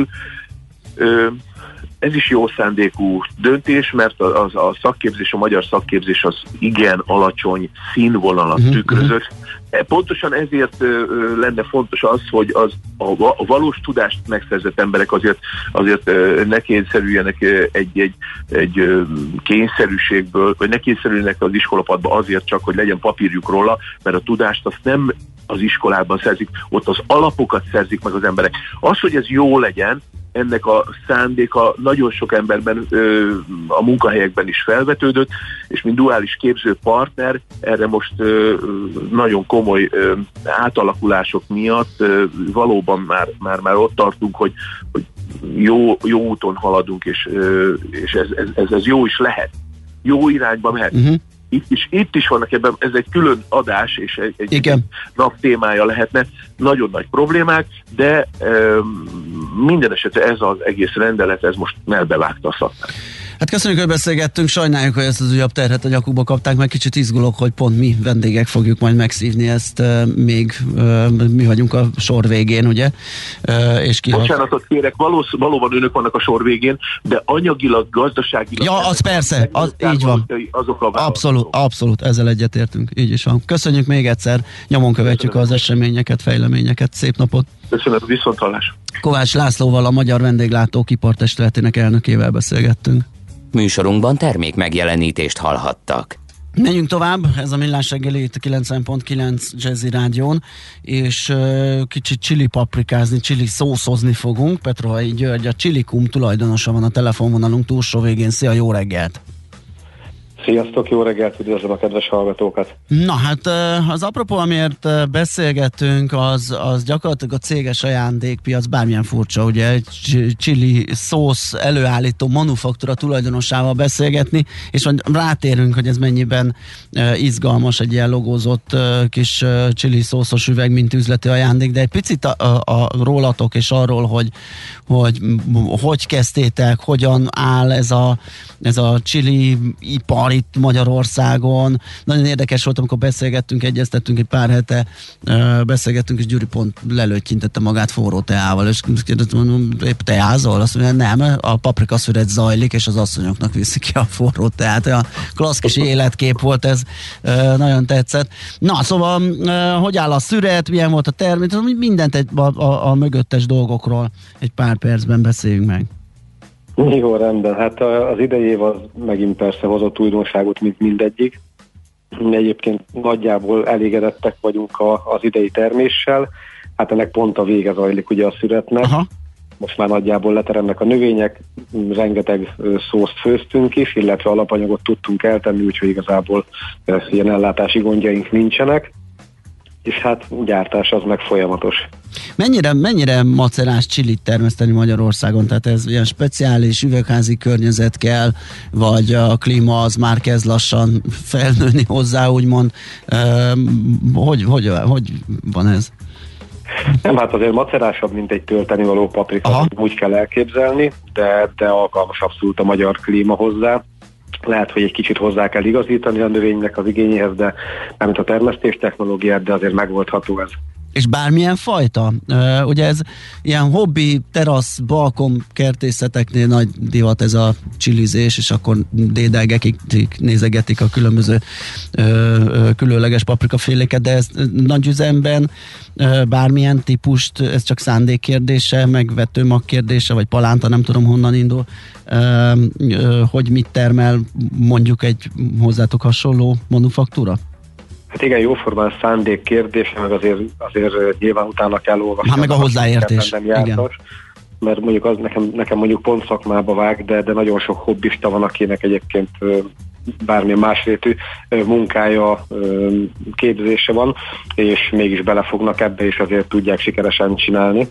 Speaker 8: Ez is jó szándékú döntés, mert a szakképzés, a magyar szakképzés az igen alacsony színvonalat tükrözött. Pontosan ezért lenne fontos az, hogy a valós tudást megszerzett emberek azért ne kényszerüljenek egy kényszerűségből, vagy ne kényszerüljenek az iskolapadba azért csak, hogy legyen papírjuk róla, mert a tudást azt nem az iskolában szerzik, ott az alapokat szerzik meg az emberek. Az, hogy ez jó legyen, ennek a szándéka nagyon sok emberben, a munkahelyekben is felvetődött, és mint duális képző partner erre most nagyon komoly átalakulások miatt valóban már ott tartunk, hogy jó úton haladunk, és ez jó is lehet. Jó irányba mehet. Itt is vannak ebben, ez egy külön adás, és egy nap témája lehetne, nagyon nagy problémák, de minden esetre ez az egész rendelet, ez most melbevágta a szakmát.
Speaker 5: Hát köszönjük, hogy beszélgettünk, sajnáljuk, hogy ezt az újabb terhet a nyakukba kapták, meg kicsit izgulok, hogy pont mi vendégek fogjuk majd megszívni ezt, még mi vagyunk a sor végén, ugye?
Speaker 8: Bocsánatot kérek, valóban önök vannak a sor végén, de anyagilag, gazdaságilag...
Speaker 5: Ja, az persze, így van. Abszolút, ezzel egyetértünk, így is van. Köszönjük még egyszer, nyomon követjük az eseményeket, fejleményeket, szép napot!
Speaker 8: Köszönöm, viszonthallás!
Speaker 5: Kovács Lászlóval, a Magyar Vendéglátók Ipartestületének elnökével beszélgettünk.
Speaker 1: Műsorunkban termék megjelenítést hallhattak.
Speaker 5: Menjünk tovább, ez a Millás reggeli itt 90.9 Jazzy Rádión, és kicsit chili paprikázni, chili szószozni fogunk. Petrohai György, a Chilikum tulajdonosa van a telefonvonalunk túlsó végén. Szia, jó reggelt!
Speaker 9: Sziasztok, jó reggelt, üdvözlöm a kedves hallgatókat!
Speaker 5: Na hát az apropó, amiért beszélgettünk, az gyakorlatilag a céges ajándékpiac, bármilyen furcsa, ugye egy chili szósz előállító manufaktúra tulajdonosával beszélgetni, és hogy rátérünk, hogy ez mennyiben izgalmas egy ilyen logózott kis chili szószos üveg, mint üzleti ajándék, de egy picit rólatok és arról, hogy kezdtétek, hogyan áll ez a chili ipar itt Magyarországon. Nagyon érdekes volt, amikor beszélgettünk, egyeztettünk egy pár hete, beszélgettünk, és Gyuri pont lelőttyintette magát forró teával, és kérdeztem, mondom, épp teázol? Azt mondja, nem, a paprikaszüret zajlik, és az asszonyoknak viszik ki a forró teát. A klassz kis életkép volt ez, nagyon tetszett. Na, szóval, hogy áll a szüret, milyen volt a termék, mindent a mögöttes dolgokról egy pár percben beszéljünk meg.
Speaker 9: Jó, rendben. Hát az idei év az megint persze hozott újdonságot, mint mindegyik. Egyébként nagyjából elégedettek vagyunk az idei terméssel. Hát ennek pont a vége zajlik ugye a szüretnek. Aha. Most már nagyjából leteremnek a növények, rengeteg szószt főztünk is, illetve alapanyagot tudtunk eltenni, úgyhogy igazából ilyen ellátási gondjaink nincsenek. És hát gyártás az meg folyamatos.
Speaker 5: Mennyire macerás csilit termeszteni Magyarországon? Tehát ez ilyen speciális üvegházi környezet kell, vagy a klíma az már kezd lassan felnőni hozzá, úgymond. Hogy van ez?
Speaker 9: Nem, hát azért macerásabb, mint egy tölteni való paprika, úgy kell elképzelni, de alkalmas abszolút a magyar klíma hozzá. Lehet, hogy egy kicsit hozzá kell igazítani a növénynek az igényéhez, de nem a termesztés technológiát, de azért megoldható ez.
Speaker 5: És bármilyen fajta? Ugye ez ilyen hobbi, terasz, balkon kertészeteknél nagy divat ez a csilizés, és akkor nézegetik a különböző különleges paprikaféléket, de ez nagy üzemben bármilyen típust, ez csak szándék kérdése, meg vetőmag kérdése, vagy palánta, nem tudom honnan indul, hogy mit termel mondjuk egy hozzátok hasonló manufaktúra?
Speaker 9: Hát igen, jóformán szándék kérdése, meg azért nyilván utána kell olvasni.
Speaker 5: Hát meg a hozzáértés.
Speaker 9: Igen. Mert mondjuk az nekem mondjuk pont szakmába vág, de nagyon sok hobbista van, akinek egyébként bármilyen másrétű munkája, képzése van, és mégis belefognak ebbe, és azért tudják sikeresen csinálni.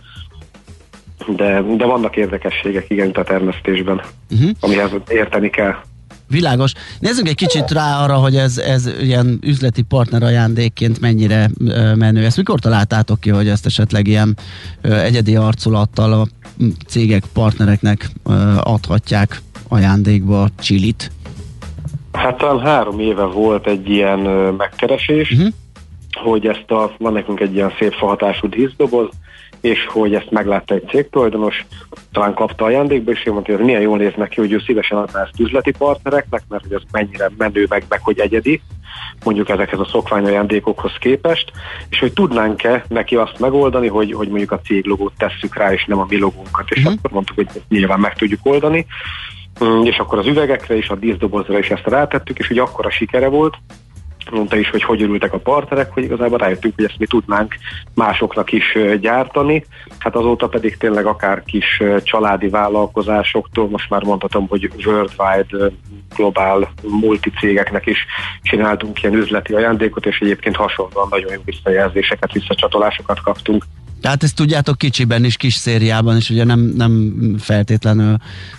Speaker 9: De vannak érdekességek, igen, itt a termesztésben, amihez érteni kell.
Speaker 5: Világos. Nézzünk egy kicsit rá arra, hogy ez ilyen üzleti partner ajándékként mennyire menő. Ezt mikor találtátok ki, hogy ezt esetleg ilyen egyedi arculattal a cégek, partnereknek adhatják ajándékba a csilit?
Speaker 9: Hát talán 3 éve volt egy ilyen megkeresés, hogy van nekünk egy ilyen szép fahatású díszdoboz, és hogy ezt meglátta egy cégtulajdonos, talán kapta ajándékba, és ő mondta, hogy ez milyen jól néz neki, hogy ő szívesen adná ezt üzleti partnereknek, mert hogy ez mennyire menő, meg hogy egyedi, mondjuk ezekhez a szokványajándékokhoz képest, és hogy tudnánk-e neki azt megoldani, hogy mondjuk a cég logót tesszük rá, és nem a mi logónkat, és akkor mondtuk, hogy nyilván meg tudjuk oldani, és akkor az üvegekre és a díszdobozra is ezt rátettük, és hogy akkora sikere volt, mondta is, hogy örültek a partnerek, hogy igazából rájöttünk, hogy ezt mi tudnánk másoknak is gyártani. Hát azóta pedig tényleg akár kis családi vállalkozásoktól, most már mondhatom, hogy worldwide, globál multicégeknek is csináltunk ilyen üzleti ajándékot, és egyébként hasonlóan nagyon jó visszajelzéseket, visszacsatolásokat kaptunk.
Speaker 5: Tehát ezt tudjátok kicsiben is, kis szériában is, ugye nem feltétlenül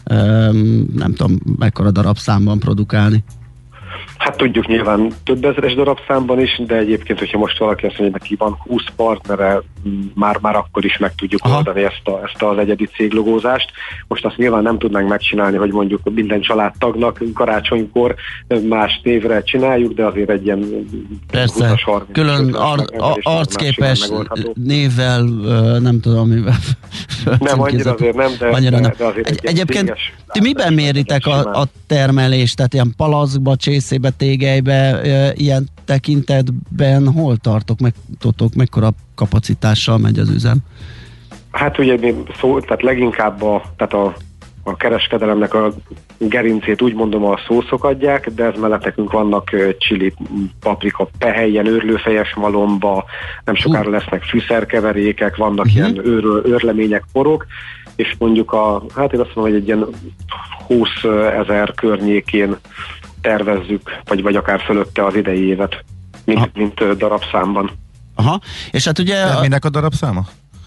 Speaker 5: nem tudom, mekkora darabszámban produkálni.
Speaker 9: Hát tudjuk nyilván több ezeres darabszámban is, de egyébként, hogyha most valaki azt mondja, hogy neki van 20 partnere, már akkor is meg tudjuk oldani ezt az egyedi céglogózást. Most azt nyilván nem tudnánk megcsinálni, hogy mondjuk minden családtagnak karácsonykor más névre csináljuk, de azért egy ilyen
Speaker 5: persze, külön arcképes névvel, nem tudom mivel.
Speaker 9: Nem, annyira azért nem, de azért
Speaker 5: egyébként ti miben méritek a termelést? Tehát ilyen palackba, csészébe, tégelybe, ilyen tekintetben hol tartok, mekkora kapacitással megy az üzem?
Speaker 9: Hát ugye tehát leginkább a kereskedelemnek a gerincét úgy mondom a szószok adják, de ez mellett nekünk vannak chili, paprika, pehely, ilyen őrlőfejes malomba, nem sokára lesznek fűszerkeverékek, vannak ilyen őrlemények, porok, és mondjuk hát én azt mondom, hogy egy ilyen 20 000 környékén tervezzük, vagy akár fölötte az idei évet, mint darabszámban.
Speaker 5: Aha, és hát ugye...
Speaker 6: Minek a darabszáma?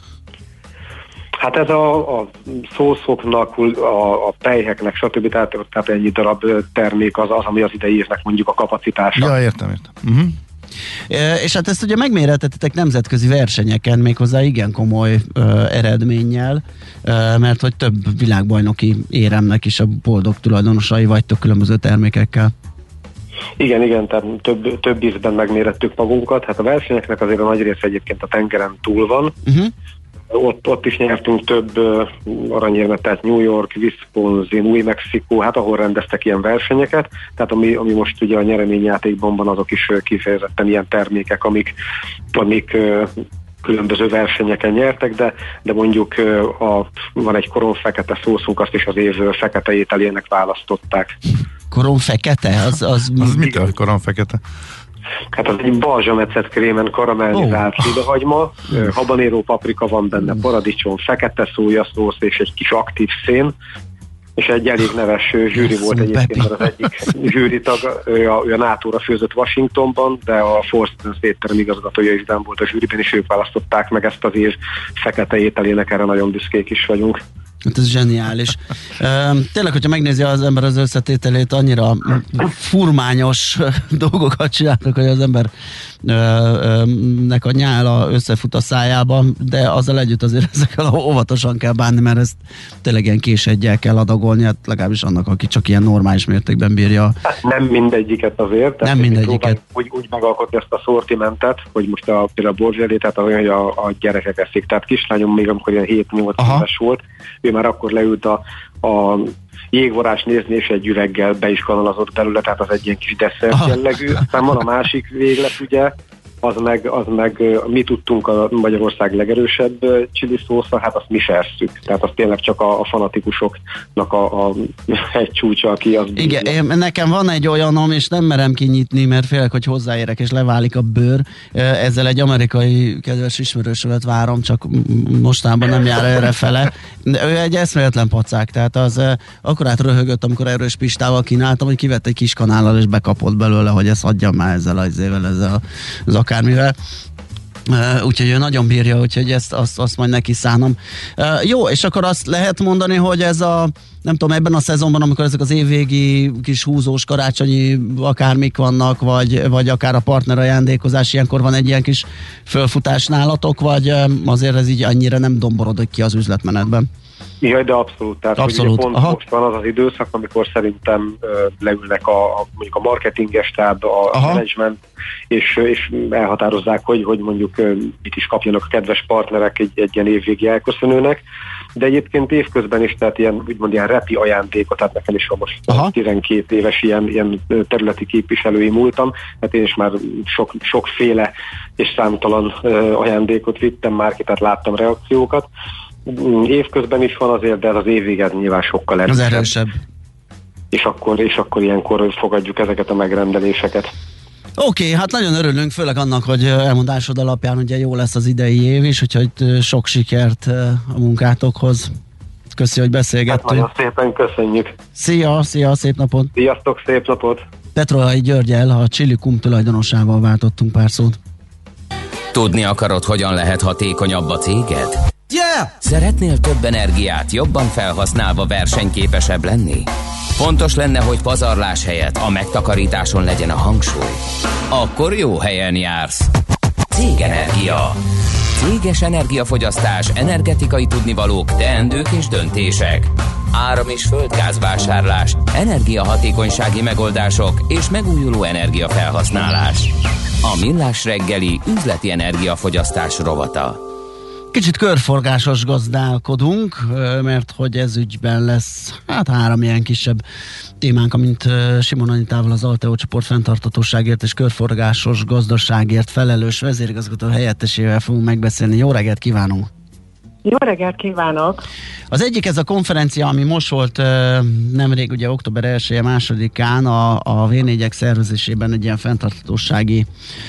Speaker 9: Hát ez a szószoknak, a pelyheknek, stb. Tehát ennyi darab termék az, ami az idei évnek mondjuk a kapacitása.
Speaker 6: Ja, értem. Uh-huh.
Speaker 5: És hát ezt ugye megméretetitek nemzetközi versenyeken, méghozzá igen komoly eredménnyel, mert hogy több világbajnoki éremnek is a boldog tulajdonosai vagytok különböző termékekkel.
Speaker 9: Igen, tehát több ízben megmérettük magunkat. Hát a versenyeknek azért a nagy része egyébként a tengeren túl van. Uh-huh. Ott is nyertünk több aranyérmet, tehát New York, Wisconsin, Új Mexikó, hát ahol rendeztek ilyen versenyeket, tehát ami most ugye a nyereményjátékban van, azok is kifejezetten ilyen termékek, amik különböző versenyeken nyertek, de mondjuk van egy koron fekete szószunk, azt is az év fekete ételének választották.
Speaker 5: Koron fekete? Az
Speaker 6: mitől koron fekete?
Speaker 9: Hát az egy balzsametszett krémen karamellizált lidahagyma, habanéró paprika van benne, paradicsom, fekete szójaszósz és egy kis aktív szén, és egy elég neves zsűri volt egyébként, mert az egyik zsűritag, ő a NATO-ra főzött Washingtonban, de a Forstens étterem igazgatója is benn volt a zsűriben, és ők választották meg ezt az év fekete ételének, erre nagyon büszkék is vagyunk.
Speaker 5: Hát ez zseniális. Tényleg, hogyha megnézi az ember az összetételét, annyira furmányos dolgokat csinálnak, hogy az embernek a nyála összefut a szájában, de azzal együtt azért ezekkel óvatosan kell bánni, mert ezt tényleg ilyen késedjel kell adagolni, hát legalábbis annak, aki csak ilyen normális mértékben bírja.
Speaker 9: Hát nem mindegyiket azért.
Speaker 5: Nem mindegyiket.
Speaker 9: Úgy megalkotni ezt a szortimentet, hogy most például a borzsélé, tehát olyan, hogy a gyerekek eszik. Tehát kislányom még, amikor ilyen 7-8 éves volt, ő már akkor leült a jégvorás nézni, és egy üveggel be is kanalazott belőle, tehát az egy ilyen kis desszert jellegű. Aztán van a másik véglet, ugye, az meg mi tudtunk a Magyarország legerősebb chili szósza, hát azt mi serszük. Tehát az tényleg csak a fanatikusoknak egy csúcsa, aki az...
Speaker 5: Igen, nekem van egy olyanom, és nem merem kinyitni, mert félek, hogy hozzáérek, és leválik a bőr. Ezzel egy amerikai kedves ismerősömet várom, csak mostában nem jár errefele. Ő egy eszméletlen pacák, tehát az akkorát röhögött, amikor Erős Pistával kínáltam, hogy kivett egy kis kanállal, és bekapott belőle, hogy ezt adjam már ezzel az akármivel. Úgyhogy ő nagyon bírja, úgyhogy azt majd neki szánom. Jó, és akkor azt lehet mondani, hogy ez nem tudom, ebben a szezonban, amikor ezek az évvégi kis húzós karácsonyi akármik vannak, vagy akár a partner ajándékozás, ilyenkor van egy ilyen kis fölfutás nálatok, vagy azért ez így annyira nem domborodik ki az üzletmenetben?
Speaker 9: Jaj, de abszolút. Tehát
Speaker 5: abszolút.
Speaker 9: Pont most van az időszak, amikor szerintem leülnek mondjuk a marketinges stáb, a management, és elhatározzák, hogy mondjuk mit is kapjanak a kedves partnerek egy ilyen évvégi elköszönőnek. De egyébként évközben is, tehát úgymond ilyen repi ajándékot, tehát nekem is van most 12 éves ilyen területi képviselői múltam, hát én is már sokféle és számtalan ajándékot vittem már ki, tehát láttam reakciókat. Évközben is van azért, de ez az évvéget nyilván sokkal erősebb.
Speaker 5: Az erősebb.
Speaker 9: És akkor ilyenkor fogadjuk ezeket a megrendeléseket.
Speaker 5: Oké, hát nagyon örülünk, főleg annak, hogy elmondásod alapján ugye jó lesz az idei év is, úgyhogy sok sikert a munkátokhoz. Köszi, hogy beszélgettünk.
Speaker 9: Hát nagyon szépen köszönjük.
Speaker 5: Szia, szép napot.
Speaker 9: Sziasztok, szép napot.
Speaker 5: Petrolai Györgyel, a Chili.com tulajdonosával váltottunk pár szót.
Speaker 2: Tudni akarod, hogyan lehet hatékonyabb a céged?
Speaker 10: Yeah!
Speaker 2: Szeretnél több energiát jobban felhasználva versenyképesebb lenni? Fontos lenne, hogy pazarlás helyett a megtakarításon legyen a hangsúly. Akkor jó helyen jársz. Cégenergia. Céges energiafogyasztás, energetikai tudnivalók, teendők és döntések. Áram- és földgázvásárlás, energiahatékonysági megoldások és megújuló energiafelhasználás. A Millás reggeli üzleti energiafogyasztás rovata.
Speaker 5: Kicsit körforgásos gazdálkodunk, mert hogy ez ügyben lesz 3 ilyen kisebb témánk, amint Simon Anitával, az Alteo csoport fenntarthatóságért és körforgásos gazdaságért felelős vezérigazgató helyettesével fogunk megbeszélni. Jó reggelt kívánunk!
Speaker 11: Jó reggelt kívánok!
Speaker 5: Az egyik ez a konferencia, ami most volt nemrég, ugye október 1-2-án a V4-ek szervezésében egy ilyen fenntarthatósági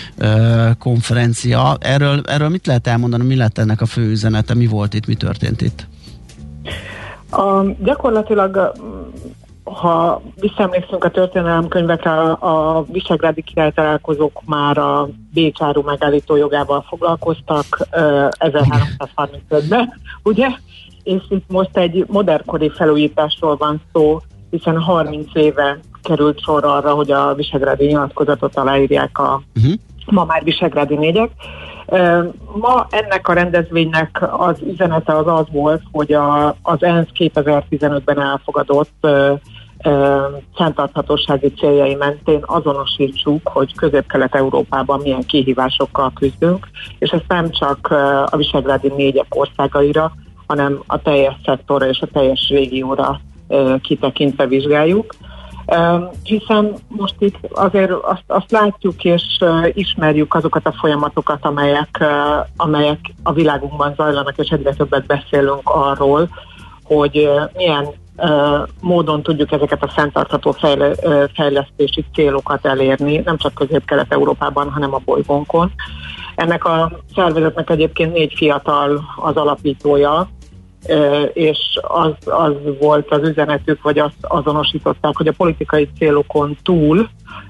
Speaker 5: konferencia. Erről mit lehet elmondani, mi lett ennek a fő üzenete, mi volt itt, mi történt itt?
Speaker 11: Gyakorlatilag ha visszaemlékszünk a történelemkönyvekre, a visegrádi királytalálkozók már a Bécs áru megállító jogával foglalkoztak 1335-ben, ugye? És itt most egy modernkori felújításról van szó, hiszen 30 éve került sor arra, hogy a visegrádi nyilatkozatot aláírják a ma már visegrádi négyek. Ma ennek a rendezvénynek az üzenete az volt, hogy az ENSZ 2015-ben elfogadott fenntarthatósági céljai mentén azonosítsuk, hogy Közép-Kelet-Európában milyen kihívásokkal küzdünk, és ezt nem csak a visegrádi négyek országaira, hanem a teljes szektorra és a teljes régióra kitekintve vizsgáljuk. Hiszen most itt azért azt látjuk és ismerjük azokat a folyamatokat, amelyek a világunkban zajlanak, és egyre többet beszélünk arról, hogy milyen módon tudjuk ezeket a fenntartható fejlesztési célokat elérni, nem csak Közép-Kelet-Európában, hanem a bolygónkon. Ennek a szervezetnek egyébként 4 fiatal az alapítója, és az volt az üzenetük, vagy azt azonosították, hogy a politikai célokon túl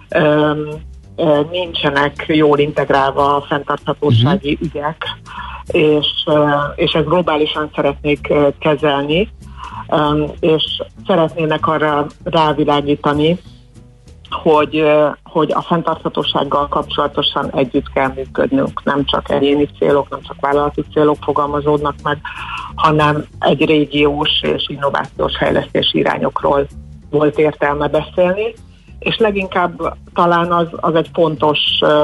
Speaker 11: nincsenek jól integrálva a fenntarthatósági ügyek, és ezt globálisan szeretnék kezelni, és szeretnének arra rávilágítani, hogy a fenntarthatósággal kapcsolatosan együtt kell működnünk. Nem csak egyéni célok, nem csak vállalati célok fogalmazódnak meg, hanem egy régiós és innovációs fejlesztési irányokról volt értelme beszélni, és leginkább talán az egy fontos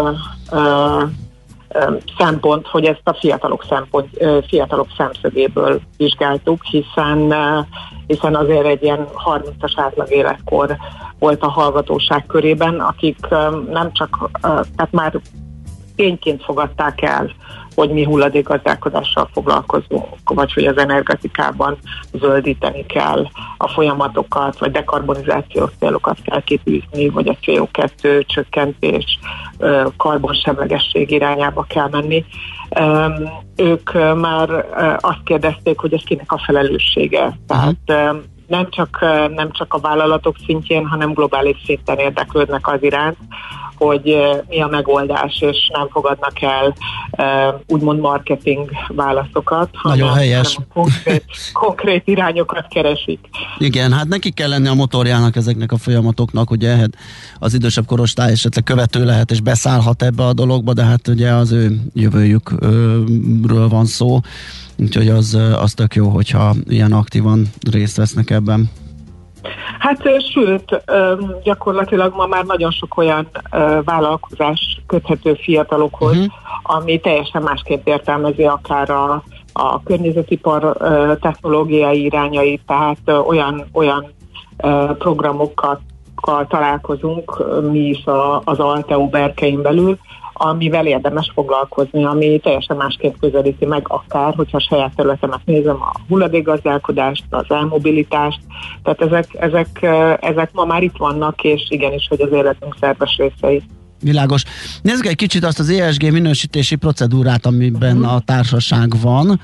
Speaker 11: szempont, hogy ezt a fiatalok szemszögéből vizsgáltuk, hiszen azért egy ilyen 30-as átlag életkor volt a hallgatóság körében, akik nem csak, tehát már tényként fogadták el, hogy mi hulladékgazdálkodással foglalkozunk, vagy hogy az energetikában zöldíteni kell a folyamatokat, vagy dekarbonizációs célokat kell kitűzni, vagy a CO2 csökkentés, karbonsemlegesség irányába kell menni. Ők már azt kérdezték, hogy ez kinek a felelőssége. Tehát nem csak a vállalatok szintjén, hanem globális szinten érdeklődnek az iránt, hogy mi a megoldás, és nem fogadnak el úgymond marketing válaszokat,
Speaker 5: nagyon helyes.
Speaker 11: Hanem konkrét irányokat keresik.
Speaker 5: Igen, hát neki kell lenni a motorjának ezeknek a folyamatoknak, ugye az idősebb korosztály esetleg követő lehet, és beszállhat ebbe a dologba, de hát ugye az ő jövőjükről van szó, úgyhogy az tök jó, hogyha ilyen aktívan részt vesznek ebben.
Speaker 11: Hát sőt, gyakorlatilag ma már nagyon sok olyan vállalkozás köthető fiatalokhoz, ami teljesen másképp értelmezi akár a környezetipar technológiai irányait, tehát olyan programokkal találkozunk mi is az Alteo berkein belül, amivel érdemes foglalkozni, ami teljesen másként közelíti meg, akár, hogyha saját területemet nézem, a hulladékgazdálkodást, az elmobilitást, tehát ezek ma már itt vannak, és igenis, hogy az életünk szerves részei.
Speaker 5: Világos. Nézzük egy kicsit azt az ESG minősítési procedúrát, amiben a társaság van.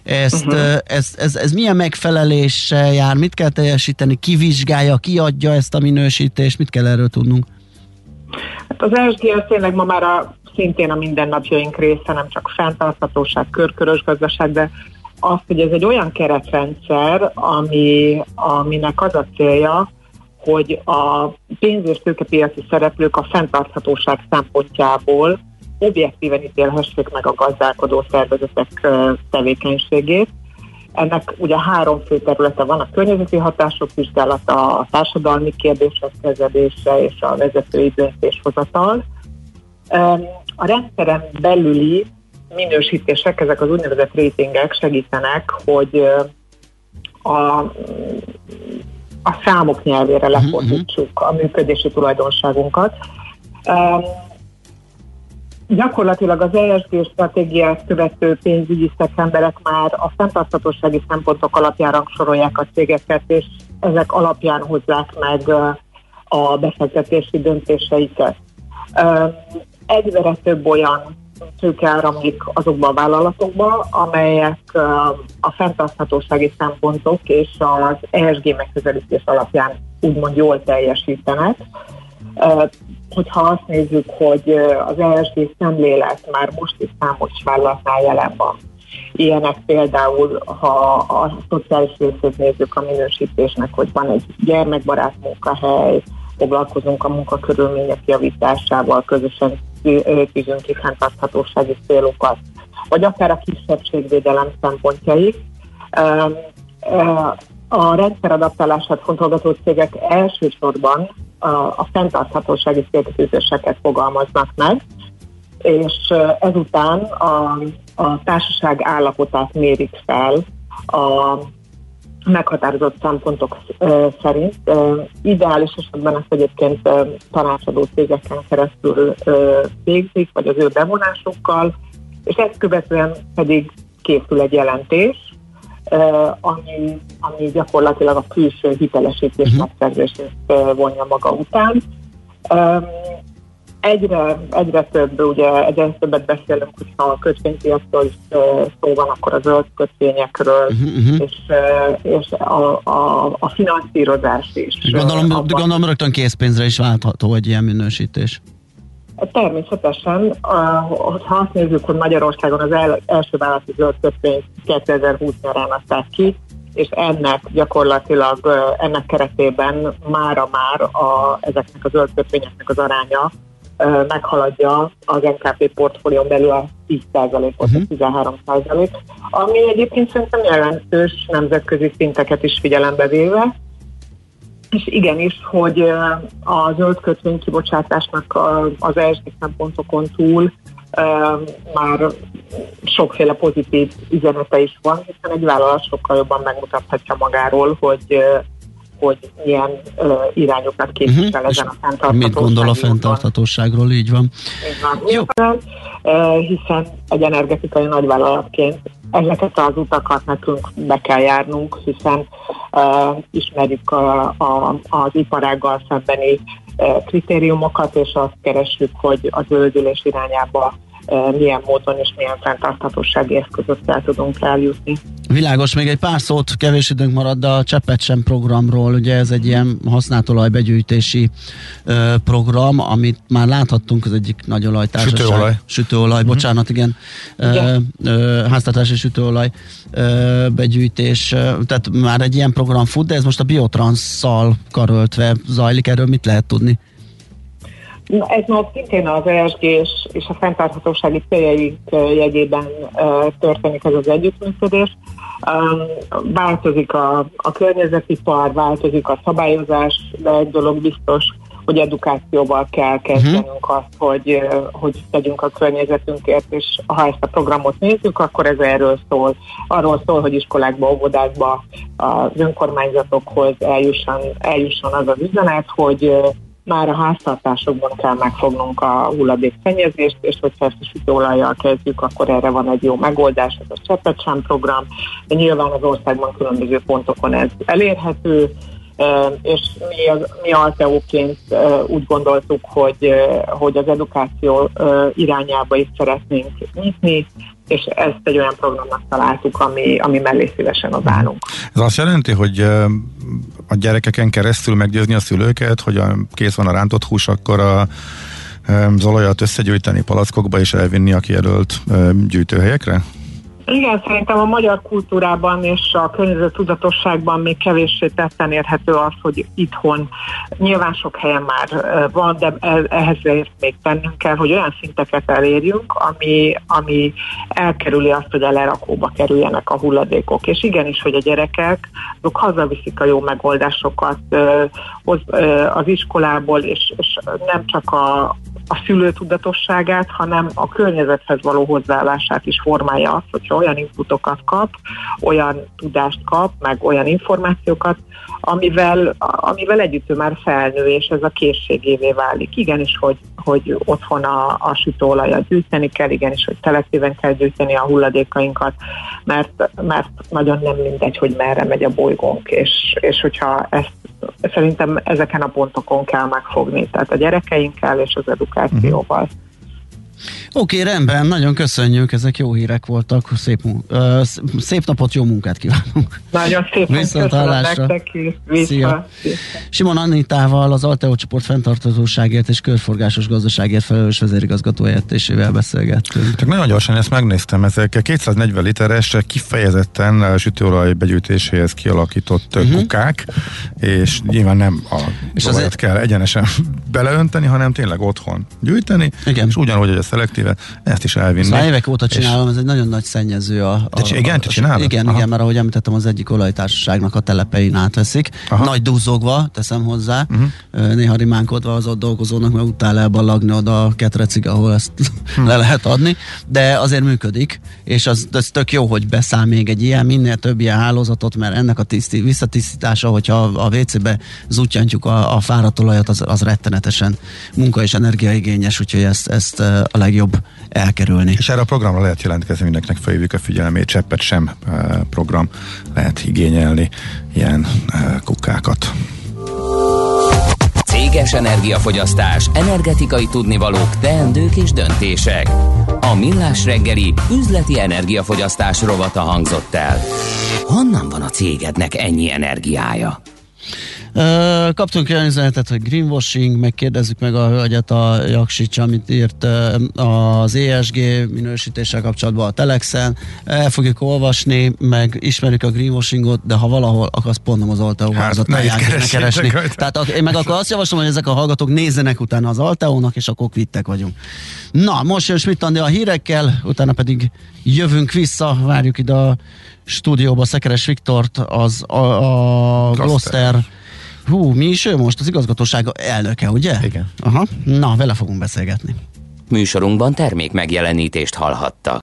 Speaker 5: Ez milyen megfeleléssel jár? Mit kell teljesíteni? Ki vizsgálja, ki adja ezt a minősítést? Mit kell erről tudnunk?
Speaker 11: Hát az ESG az tényleg ma már szintén a mindennapjaink része, nem csak fenntarthatóság, körkörös gazdaság, de az, hogy ez egy olyan keretrendszer, aminek az a célja, hogy a pénz- és tőkepiaci szereplők a fenntarthatóság szempontjából objektíven ítélhessék meg a gazdálkodó szervezetek tevékenységét. Ennek ugye 3 fő területe van: a környezeti hatások vizsgálata, a társadalmi kérdések kezelése és a vezetői döntéshozatal. A rendszeren belüli minősítések, ezek az úgynevezett ratingek segítenek, hogy a számok nyelvére lefordítsuk a működési tulajdonságunkat. Gyakorlatilag az ESG stratégiát követő pénzügyi szakemberek már a fenntarthatósági szempontok alapján rangsorolják a cégeket, és ezek alapján hozzák meg a befektetési döntéseiket. Egyre több olyan tőke áramlik azokba a vállalatokba, amelyek a fenntarthatósági szempontok és az ESG megközelítés alapján úgymond jól teljesítenek. Hogyha azt nézzük, hogy az ESG szemlélet már most is számos vállalatnál jelen van. Ilyenek például, ha a szociális részét nézzük a minősítésnek, hogy van egy gyermekbarát munkahely, foglalkozunk a munkakörülmények javításával, közösen tűzünk ki fenntarthatósági célokat, vagy akár a kisebbségvédelem szempontjai. A rendszeradaptálását fontolgató cégek elsősorban a fenntarthatósági célkitűzéseket fogalmaznak meg, és ezután a társaság állapotát mérik fel a meghatározott szempontok szerint. Ideális esetben ezt egyébként tanácsadó cégeken keresztül végzik, vagy az ő bevonásukkal, és ezt követően pedig készül egy jelentés, ami gyakorlatilag a külső hitelesítés megszerzését vonja maga után. Egyre többet beszélünk, hogyha a kötvénypiacról is szó van, akkor a zöld kötvényekről, és a finanszírozás is.
Speaker 5: Gondolom rögtön készpénzre is váltható egy ilyen minősítés.
Speaker 11: Természetesen, ha azt nézzük, hogy Magyarországon az első vállalati zöld kötvényt 2020 nyarán adták ki, és ennek keretében mára ezeknek a zöld kötvényeknek az aránya meghaladja az NKP portfólión belül a 10%-ot, 13%, ami egyébként szerintem jelentős nemzetközi szinteket is figyelembe véve. És igenis, hogy a zöld kötvény kibocsátásnak az ESG szempontokon túl már sokféle pozitív üzenete is van, hiszen egy vállalat sokkal jobban megmutathatja magáról, hogy milyen irányokat képvisel ezen a fenntarthatóságon.
Speaker 5: Mit gondol a fenntarthatóságról, így van.
Speaker 11: Jó. Hiszen egy energetikai nagyvállalatként ezeket az utakat nekünk be kell járnunk, hiszen ismerjük az iparággal szembeni kritériumokat, és azt keressük, hogy a zöldülés irányába milyen módon és milyen fenntarthatósági eszközökkel tudunk eljutni.
Speaker 5: Világos, még egy pár szót, kevés időnk marad, de a Cseppet sem programról, ugye ez egy ilyen használt olajbegyűjtési program, amit már láthattunk, az egyik nagy olajtársaság. Sütőolaj, bocsánat, igen. Háztartási sütőolaj begyűjtés, tehát már egy ilyen program fut, de ez most a Biotransszal karöltve zajlik, erről mit lehet tudni?
Speaker 11: Ez már szintén az ESG és a fenntarthatósági céljaink jegyében történik ez az együttműködés. Változik a környezetipar, változik a szabályozás, de egy dolog biztos, hogy edukációval kell kezdenünk azt, hogy tegyünk a környezetünkért, és ha ezt a programot nézzük, akkor ez erről szól. Arról szól, hogy iskolákba, óvodákba, az önkormányzatokhoz eljusson az az üzenet, hogy már a háztartásokban kell megfognunk a hulladékszennyezést, és hogyha ezt a sütőolajjal kezdjük, akkor erre van egy jó megoldás, ez a Cseppet sem program, de nyilván az országban különböző pontokon ez elérhető, és mi Alteo-ként úgy gondoltuk, hogy az edukáció irányába is szeretnénk nyitni, és ezt egy olyan programnak találtuk, ami mellé szívesen odállunk.
Speaker 6: Ez azt jelenti, hogy a gyerekeken keresztül meggyőzni a szülőket, hogy kész van a rántott hús, akkor az olajat összegyűjteni palackokba és elvinni a kijelölt gyűjtőhelyekre?
Speaker 11: Igen, szerintem a magyar kultúrában és a környezettudatosságban még kevéssé tetten érhető az, hogy itthon nyilván sok helyen már van, de ehhez még tennünk kell, hogy olyan szinteket elérjünk, ami elkerüli azt, hogy a lerakóba kerüljenek a hulladékok. És igenis, hogy a gyerekek azok hazaviszik a jó megoldásokat az iskolából, és nem csak a szülő tudatosságát, hanem a környezethez való hozzáállását is formálja azt, hogyha olyan inputokat kap, olyan tudást kap, meg olyan információkat, amivel együtt ő már felnő, és ez a készségévé válik. Igenis, hogy otthon a sütőolajat gyűjteni kell, igenis, hogy teletíven kell gyűjteni a hulladékainkat, mert nagyon nem mindegy, hogy merre megy a bolygónk, és hogyha szerintem ezeken a pontokon kell megfogni, tehát a gyerekeinkkel és az edukációval.
Speaker 5: Oké, rendben, nagyon köszönjük, ezek jó hírek voltak, szép napot, jó munkát kívánunk.
Speaker 11: Nagyon szépen köszönöm nektek is.
Speaker 5: Szia. Simon Annitával, az Alteo csoport fenntarthatóságért és körforgásos gazdaságért felelős vezérigazgató helyettesével beszélgettünk.
Speaker 6: Csak nagyon gyorsan ezt megnéztem, ezek 240 literes, kifejezetten sütőolaj begyűjtéséhez kialakított kukák, és nyilván nem a olajat kell egyenesen beleönteni, hanem tényleg otthon gyűjteni, igen. És ugyanúgy, hogy a szelektíve, ezt is elvinni.
Speaker 5: Szóval évek óta csinálom, ez egy nagyon nagy szennyező.
Speaker 6: Igen, te csinálod?
Speaker 5: Igen, mert ahogy említettem, az egyik olajtársaságnak a telepein átveszik. Aha. Nagy duzzogva, teszem hozzá, néha rimánkodva az ott dolgozónak, mert utál elballagni oda a ketrecig, ahol ezt le lehet adni, de azért működik, és az tök jó, hogy beszáll még egy ilyen, minél több ilyen hálózatot, mert ennek a visszatisztítása, hogyha a WC-be zútyantjuk a fáradt olajat, az rettenetesen munka és energiaigényes, úgyhogy ezt a legjobb elkerülni.
Speaker 6: És erre a programra lehet jelentkezni, mindenkinek felhívjuk a figyelmét, cseppet sem program lehet igényelni ilyen kukákat.
Speaker 1: Céges energiafogyasztás, energetikai tudnivalók, teendők és döntések. A Millás reggeli üzleti energiafogyasztás rovata hangzott el. Honnan van a cégednek ennyi energiája?
Speaker 5: Kaptunk olyan üzenetet, hogy greenwashing, megkérdezzük meg a hölgyet, a Jaksics, amit írt az ESG minősítéssel kapcsolatban a Telexen. El fogjuk olvasni, meg ismerjük a greenwashingot, de ha valahol, akkor azt pont nem az Alteo hálózatán keresni. Tehát én meg akkor azt javaslom, hogy ezek a hallgatók nézzenek utána az Alteónak, és akkor kvittek vagyunk. Na, most jön Schmidt-Andi a hírekkel, utána pedig jövünk vissza, várjuk ide a stúdióba Szekeres Viktort, a Gloster. Mi is ő most? Az igazgatóság elnöke, ugye?
Speaker 6: Igen.
Speaker 5: Aha. Na, vele fogunk beszélgetni.
Speaker 1: Műsorunkban termék megjelenítést hallhattak.